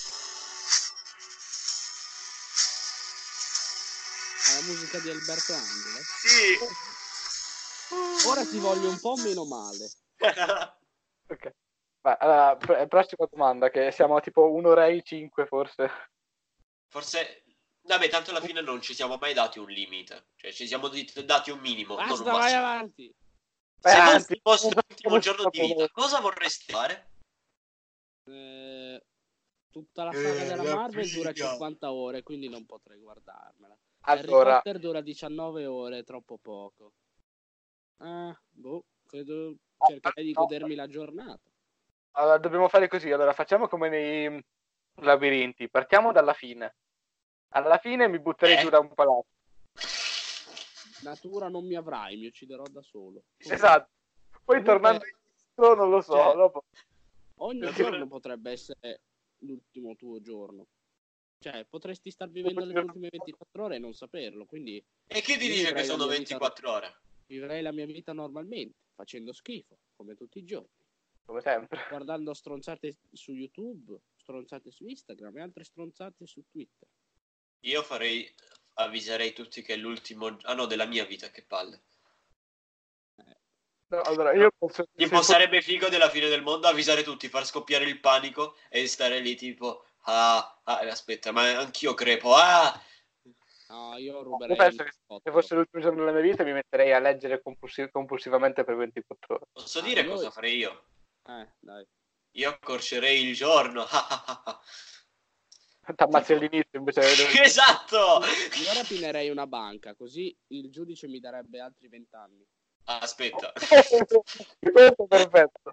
La musica di Alberto Angela.
Sì.
Ora ti voglio un po' meno male.
Ok. Vai, allora, pr- prossima domanda, che siamo a tipo un'ora e cinque forse.
Forse. Vabbè, tanto alla fine non ci siamo mai dati un limite. Cioè, ci siamo di- dati un minimo, non un
Basta, vai
massimo.
avanti.
Vai
Se
avanti.
fosse il vostro
Cosa-
ultimo
cosa
giorno di vita,
sapere?
cosa vorresti fare?
Eh, tutta la saga
Eh,
della
la
Marvel dura
figa.
cinquanta ore, quindi non potrei guardarmela.
Allora,
Harry Potter dura diciannove ore, troppo poco. Ah, boh, credo cercherei di
no.
godermi la giornata.
Allora, dobbiamo fare così. Allora, facciamo come nei labirinti. Partiamo dalla fine. Alla fine mi butterei
Eh?
giù da un palazzo.
Natura non mi avrai, mi ucciderò da solo.
Esatto. Poi
Comunque-
tornando indietro, non lo so.
Cioè,
dopo...
Ogni
Natura-
giorno potrebbe essere l'ultimo tuo giorno. Cioè, potresti star vivendo le tue ultime ventiquattro ore e non saperlo, quindi
E chi ti
Io
dice che
vivrei la
sono
mia vita-
ventiquattro ore?
vivrei la mia vita normalmente, facendo schifo, come tutti i giorni.
Come sempre.
Guardando stronzate su YouTube, stronzate su Instagram e altre stronzate su Twitter.
Io farei. Avviserei tutti che è l'ultimo. Ah no, della mia vita, che palle.
No, allora, io penso che
Tipo,
se-
sarebbe figo della fine del mondo avvisare tutti, far scoppiare il panico e stare lì tipo. Ah, ah, aspetta, ma anch'io crepo. Ah!
No, io
Io
ruberei
penso che se
l'elicottero.
fosse l'ultimo giorno della mia vita mi metterei a leggere compulsi- compulsivamente per ventiquattro ore.
Posso
Ah,
dire
io-
cosa farei io?
Eh, dai.
Io accorcerei il giorno.
T'ammazzi
Tipo-
all'inizio invece di...
Esatto!
Io rapinerei una banca, così il giudice mi darebbe altri vent'anni.
Aspetta.
Questo è perfetto.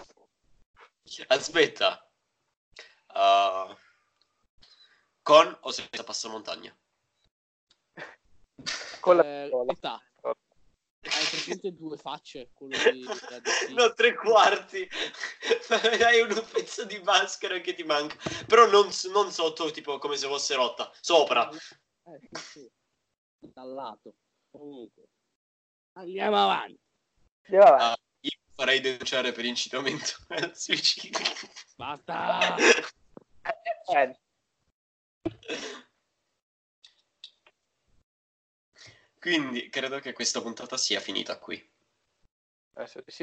Aspetta. Uh, con o senza passamontagna?
Con la
Eh,
pistola.
età. Hai presente due facce? Quello di...
No, tre quarti. Hai un pezzo di maschera che ti manca. Però non, non sotto, tipo come se fosse rotta. Sopra.
Eh, sì, sì. Dal lato. Comunque. Andiamo avanti.
Andiamo avanti.
Ah, io farei denunciare per incitamento al suicidio.
Basta.
Eh,
Quindi credo che questa puntata sia finita qui.
adesso sì.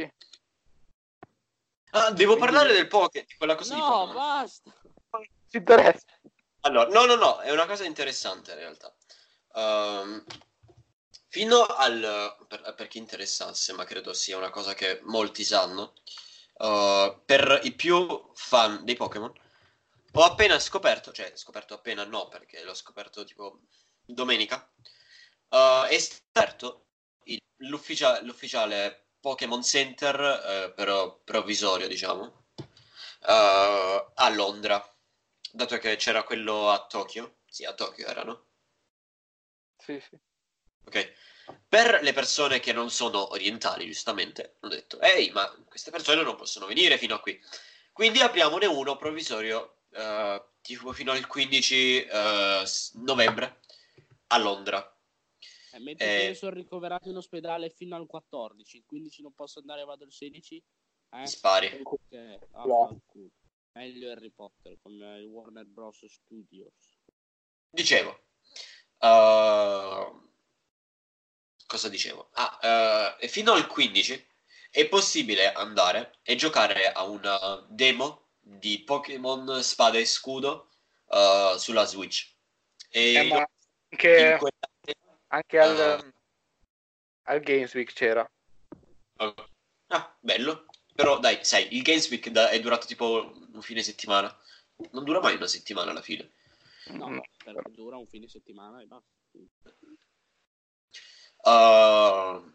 Ah, devo
Quindi-
parlare del Pokémon, di quella cosa di
No,
Pokémon.
basta.
Non ci interessa.
Allora, no, no, no, è una cosa interessante in realtà. Ehm, fino al... Per, per chi interessasse, ma credo sia una cosa che molti sanno, eh, per i più fan dei Pokémon, ho appena scoperto, cioè scoperto appena no, perché l'ho scoperto tipo domenica, eh, è stato il- l'ufficia- l'ufficiale Pokémon Center, eh, però provvisorio, diciamo, eh, a Londra. Dato che c'era quello a Tokyo, sì, a Tokyo erano,
Sì, sì.
ok. Per le persone che non sono orientali, giustamente, hanno detto, ehi, ma queste persone non possono venire fino a qui. Quindi apriamone uno provvisorio, eh, tipo fino al quindici eh, s- novembre a Londra.
Eh, mentre
Eh,
se ne sono ricoverato in ospedale fino al quattordici, il quindici non posso andare, vado il sedici. Eh?
spari.
Ok, affanculo. Meglio Harry Potter con eh, il Warner Bros. Studios.
Dicevo, uh, cosa dicevo? Ah, uh, fino al quindici è possibile andare e giocare a una demo di Pokémon Spada e Scudo uh, sulla Switch. E
Eh,
io
ma
in
anche,
quella
anche
uh,
al, al Games Week c'era.
ah, bello. Però dai, sai, il Games Week da- è durato tipo un fine settimana. Non dura mai una settimana alla fine.
No,
Mm.
perché dura un fine settimana e basta.
Uh,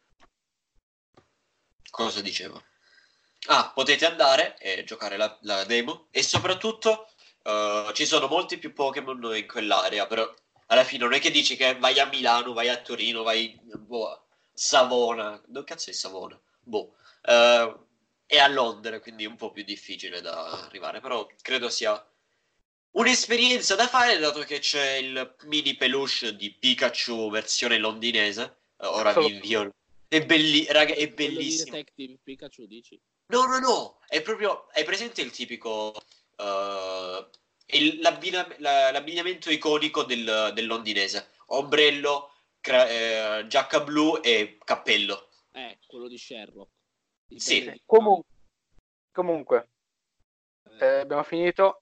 cosa dicevo? Ah, potete andare e giocare la, la demo e soprattutto uh, ci sono molti più Pokémon in quell'area, però alla fine non è che dici che vai a Milano, vai a Torino, vai boh, a Savona, dove cazzo è Savona? Boh, uh, è a Londra, quindi è un po' più difficile da arrivare, però credo sia un'esperienza da fare, dato che c'è il mini peluche di Pikachu versione londinese. Eh, Ora vi
Solo-
invio. È, belli- raga, è
Quello di
bellissimo.
Detective Pikachu, dici?
No, no, no, è proprio. Hai presente il tipico. eh, il- l'abbina- la- l'abbigliamento iconico del, del londinese: ombrello, cra- eh, giacca blu e cappello.
Eh, quello di Sherlock. Il
Sì.
Benedict
Comun- comunque,
Cumberbatch.
eh, abbiamo finito.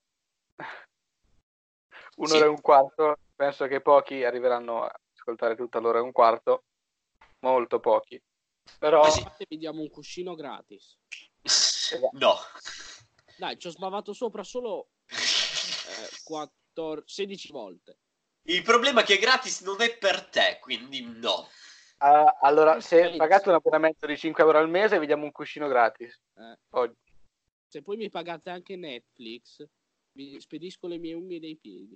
Un'ora
Sì.
e un quarto. Penso che pochi arriveranno a ascoltare tutta l'ora e un quarto. Molto pochi. Però
Eh sì.
Infatti vi diamo un cuscino gratis.
No.
Dai, ci ho sbavato sopra solo eh, quattordici, sedici volte.
Il problema è che gratis non è per te, quindi no.
ah, allora, se
Pensa.
pagate un abbonamento di cinque euro al mese, vi diamo un cuscino gratis.
Eh,
Oggi.
Se poi mi pagate anche Netflix, vi spedisco le mie unghie dei piedi.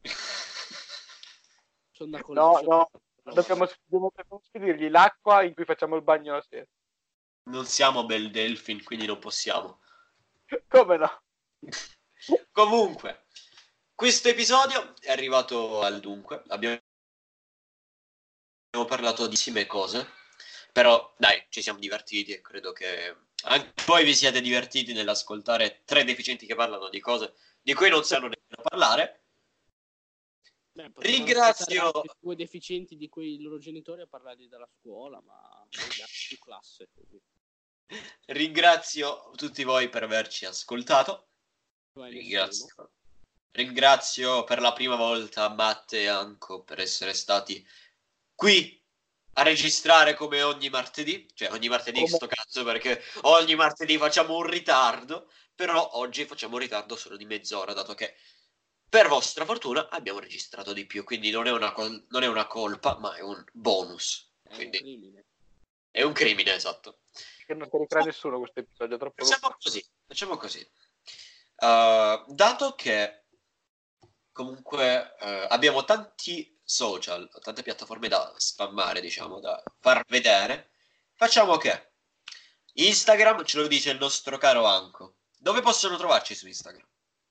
Sono da
No,
collezione.
no, dobbiamo, dobbiamo, dobbiamo spedirgli l'acqua in cui facciamo il bagno la sera.
Non siamo Belle Delphine, quindi non possiamo.
Come no?
Comunque, questo episodio è arrivato al dunque. Abbiamo parlato di tantissime cose, però dai, ci siamo divertiti e credo che anche voi vi siete divertiti nell'ascoltare tre deficienti che parlano di cose di cui non sanno nemmeno parlare.
Beh, potevano
Ringrazio
ascoltare anche due deficienti di quei loro genitori a parlare della scuola, ma più classe. Così.
ringrazio tutti voi per averci ascoltato.
Cioè, nessuno.
Ringrazio. Ringrazio per la prima volta Matte e Anco per essere stati qui a registrare come ogni martedì, cioè ogni martedì
Come-
sto cazzo perché ogni martedì facciamo un ritardo, però oggi facciamo un ritardo solo di mezz'ora, dato che per vostra fortuna abbiamo registrato di più, quindi non è una, col- non è una colpa, ma è un bonus.
È
Quindi
un crimine.
è un crimine, esatto.
Che non si ricrea nessuno questo episodio, è troppo lungo.
Facciamo così, facciamo così. Uh, dato che comunque uh, abbiamo tanti social, tante piattaforme da spammare, diciamo, da far vedere, facciamo che Instagram ce lo dice il nostro caro Anco. Dove possono trovarci su Instagram?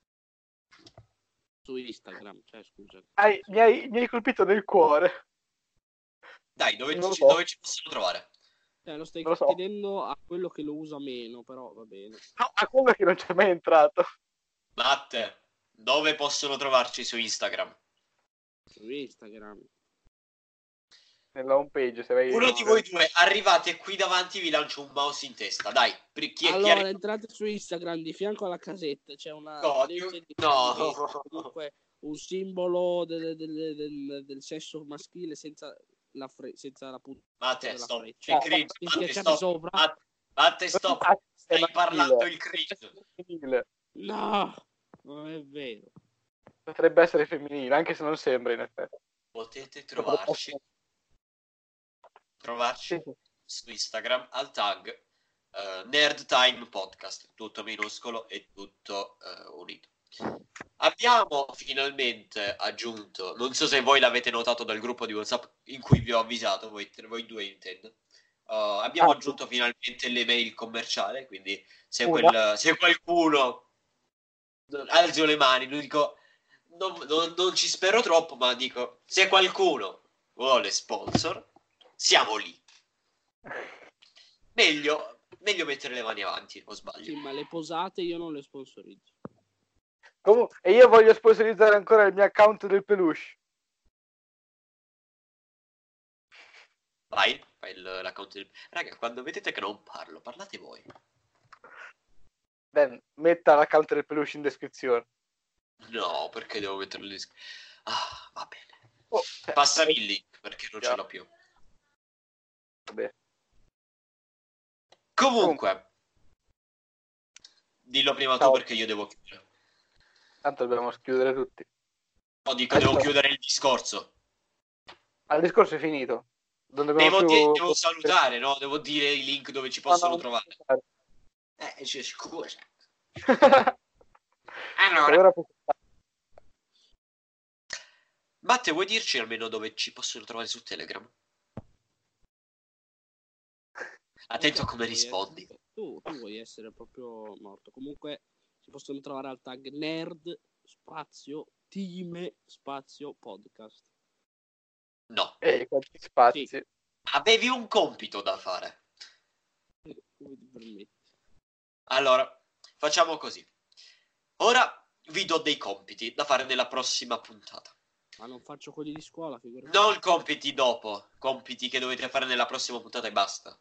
Su Instagram, cioè scusa.
Hai- mi, hai, mi hai colpito nel cuore.
Dai, dove,
Non lo
ci,
so.
dove ci possono trovare?
Eh, lo stai
Non lo so.
chiedendo a quello che lo usa meno, però va bene.
No, a quello che non c'è mai entrato.
Matte, dove possono trovarci su Instagram?
Su Instagram.
Nella home page, se vai...
Uno di voi due arrivate qui davanti, vi lancio un mouse in testa. Dai, chi, chi
Allora,
arri-
entrate su Instagram, di fianco alla casetta c'è una
No,
legge di
no.
comunque un simbolo del, del- del- del sesso maschile senza la, fre- senza la punta
Matte,
della
stop.
freccia.
C'è
Ah,
cringe.
Mi
Matte,
schiacciate
stop.
sopra.
Matte, Matte, stop.
Ah, è
Stai
maschile.
parlando il cringe.
È femminile.
No, non è vero.
Potrebbe essere femminile, anche se non sembra in effetti.
Potete
Potrebbe
trovarci,
essere-
trovarci
Sì, sì.
su Instagram al tag eh, Nerd Time Podcast, tutto minuscolo e tutto eh, unito. Abbiamo finalmente aggiunto, non so se voi l'avete notato dal gruppo di WhatsApp in cui vi ho avvisato, voi, voi due intendo. Uh, abbiamo
Ah,
aggiunto finalmente l'email commerciale, quindi se,
una.
quel, se qualcuno alzo le mani, non dico non, non, non ci spero troppo, ma dico se qualcuno vuole sponsor, siamo lì. Meglio, meglio mettere le mani avanti, o sbaglio?
Sì, ma le posate io non le sponsorizzo.
Comunque, e io voglio sponsorizzare ancora il mio account del peluche.
Vai, fai il, l'account del... Raga, quando vedete che non parlo, parlate voi.
Ben, metta l'account del peluche in descrizione.
No, perché devo metterlo lì? Ah, va bene.
Oh, cioè,
Passami
eh,
il link, perché non
già.
ce l'ho più.
Vabbè.
Comunque, dillo prima
Ciao.
tu perché io devo chiudere.
Tanto dobbiamo chiudere tutti.
No, dico,
Adesso-
devo chiudere il discorso.
Ah, il discorso è finito. Non dobbiamo
Devo,
più...
di- devo salutare, no? Devo dire i link dove ci
No,
possono
no,
trovare.
no.
Eh, cioè, scusa.
Allora,
Allora,
può-
Matte, vuoi dirci almeno dove ci possono trovare su Telegram? Attento a come
Vuoi
rispondi.
essere- Tu, tu vuoi essere proprio morto. Comunque si possono trovare al tag nerd spazio team spazio podcast.
No.
Ehi, quanti spazi.
Sì.
Avevi un compito da fare.
Eh, come ti permetti?
Allora, facciamo così. Ora vi do dei compiti da fare nella prossima puntata.
Ma non faccio quelli di scuola, figurati.
Non compiti dopo, compiti che dovete fare nella prossima puntata e basta.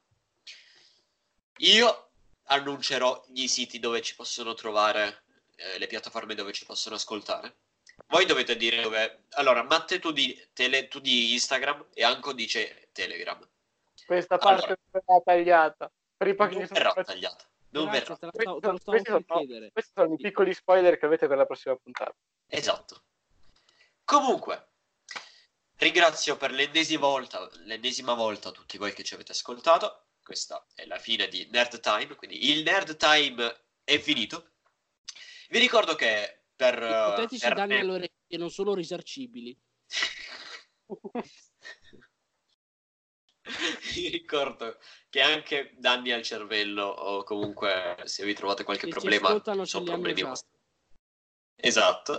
Io annuncerò gli siti dove ci possono trovare, eh, le piattaforme dove ci possono ascoltare. Voi dovete dire dove... Allora, Matte, tu di, tele, tu di Instagram e Anco dice Telegram.
Questa
Allora,
parte verrà tagliata. Per i pochi
non
che sono...
verrà tagliata. Non
Grazie,
verrà.
te, la
Questi
stavo, te
sono,
lo stavo
questi sono-
per
no,
chiedere.
questi sono i piccoli spoiler che avete per la prossima puntata.
Esatto. Comunque, ringrazio per l'ennesima volta, l'ennesima volta tutti voi che ci avete ascoltato. Questa è la fine di Nerd Time, quindi il Nerd Time è finito. Vi ricordo che per...
Ipotetici
per
danni
me-
alle orecchie non sono risarcibili.
Vi ricordo che anche danni al cervello o comunque se vi trovate qualche
Se ci
problema
ascoltano ce
sono
li hanno
problemi
già.
vostri. Esatto.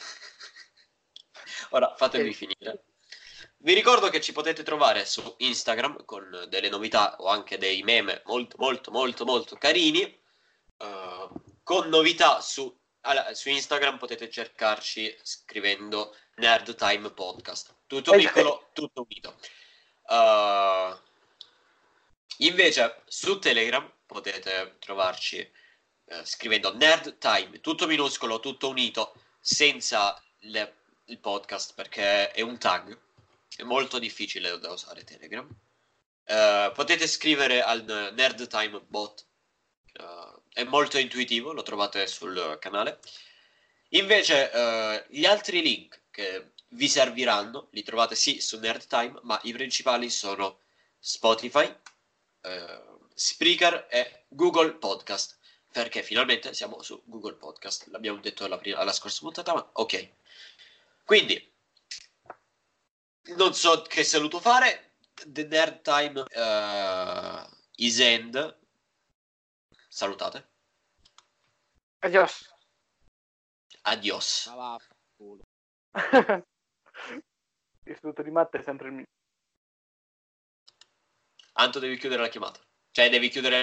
Ora fatemi finire. Vi ricordo che ci potete trovare su Instagram con delle novità o anche dei meme molto molto molto molto carini. Uh, con novità su, allora, su Instagram potete cercarci scrivendo Nerd Time Podcast. Tutto piccolo, tutto unito. Uh, invece su Telegram potete trovarci uh, scrivendo Nerd Time, tutto minuscolo, tutto unito, senza le, il podcast perché è un tag. È molto difficile da usare Telegram. Uh, potete scrivere al Nerd Time Bot. Uh, è molto intuitivo, lo trovate sul canale. Invece uh, gli altri link che vi serviranno li trovate sì su Nerd Time, ma i principali sono Spotify, uh, Spreaker e Google Podcast, perché finalmente siamo su Google Podcast. L'abbiamo detto alla, prima, alla scorsa puntata, ma ok. Quindi non so che saluto fare. The Nerd Time uh, is end. Salutate.
Adios.
Adios.
Ma vaffanculo.
L'istituto di Matte è sempre il mio.
Anto, devi chiudere la chiamata. Cioè, devi chiudere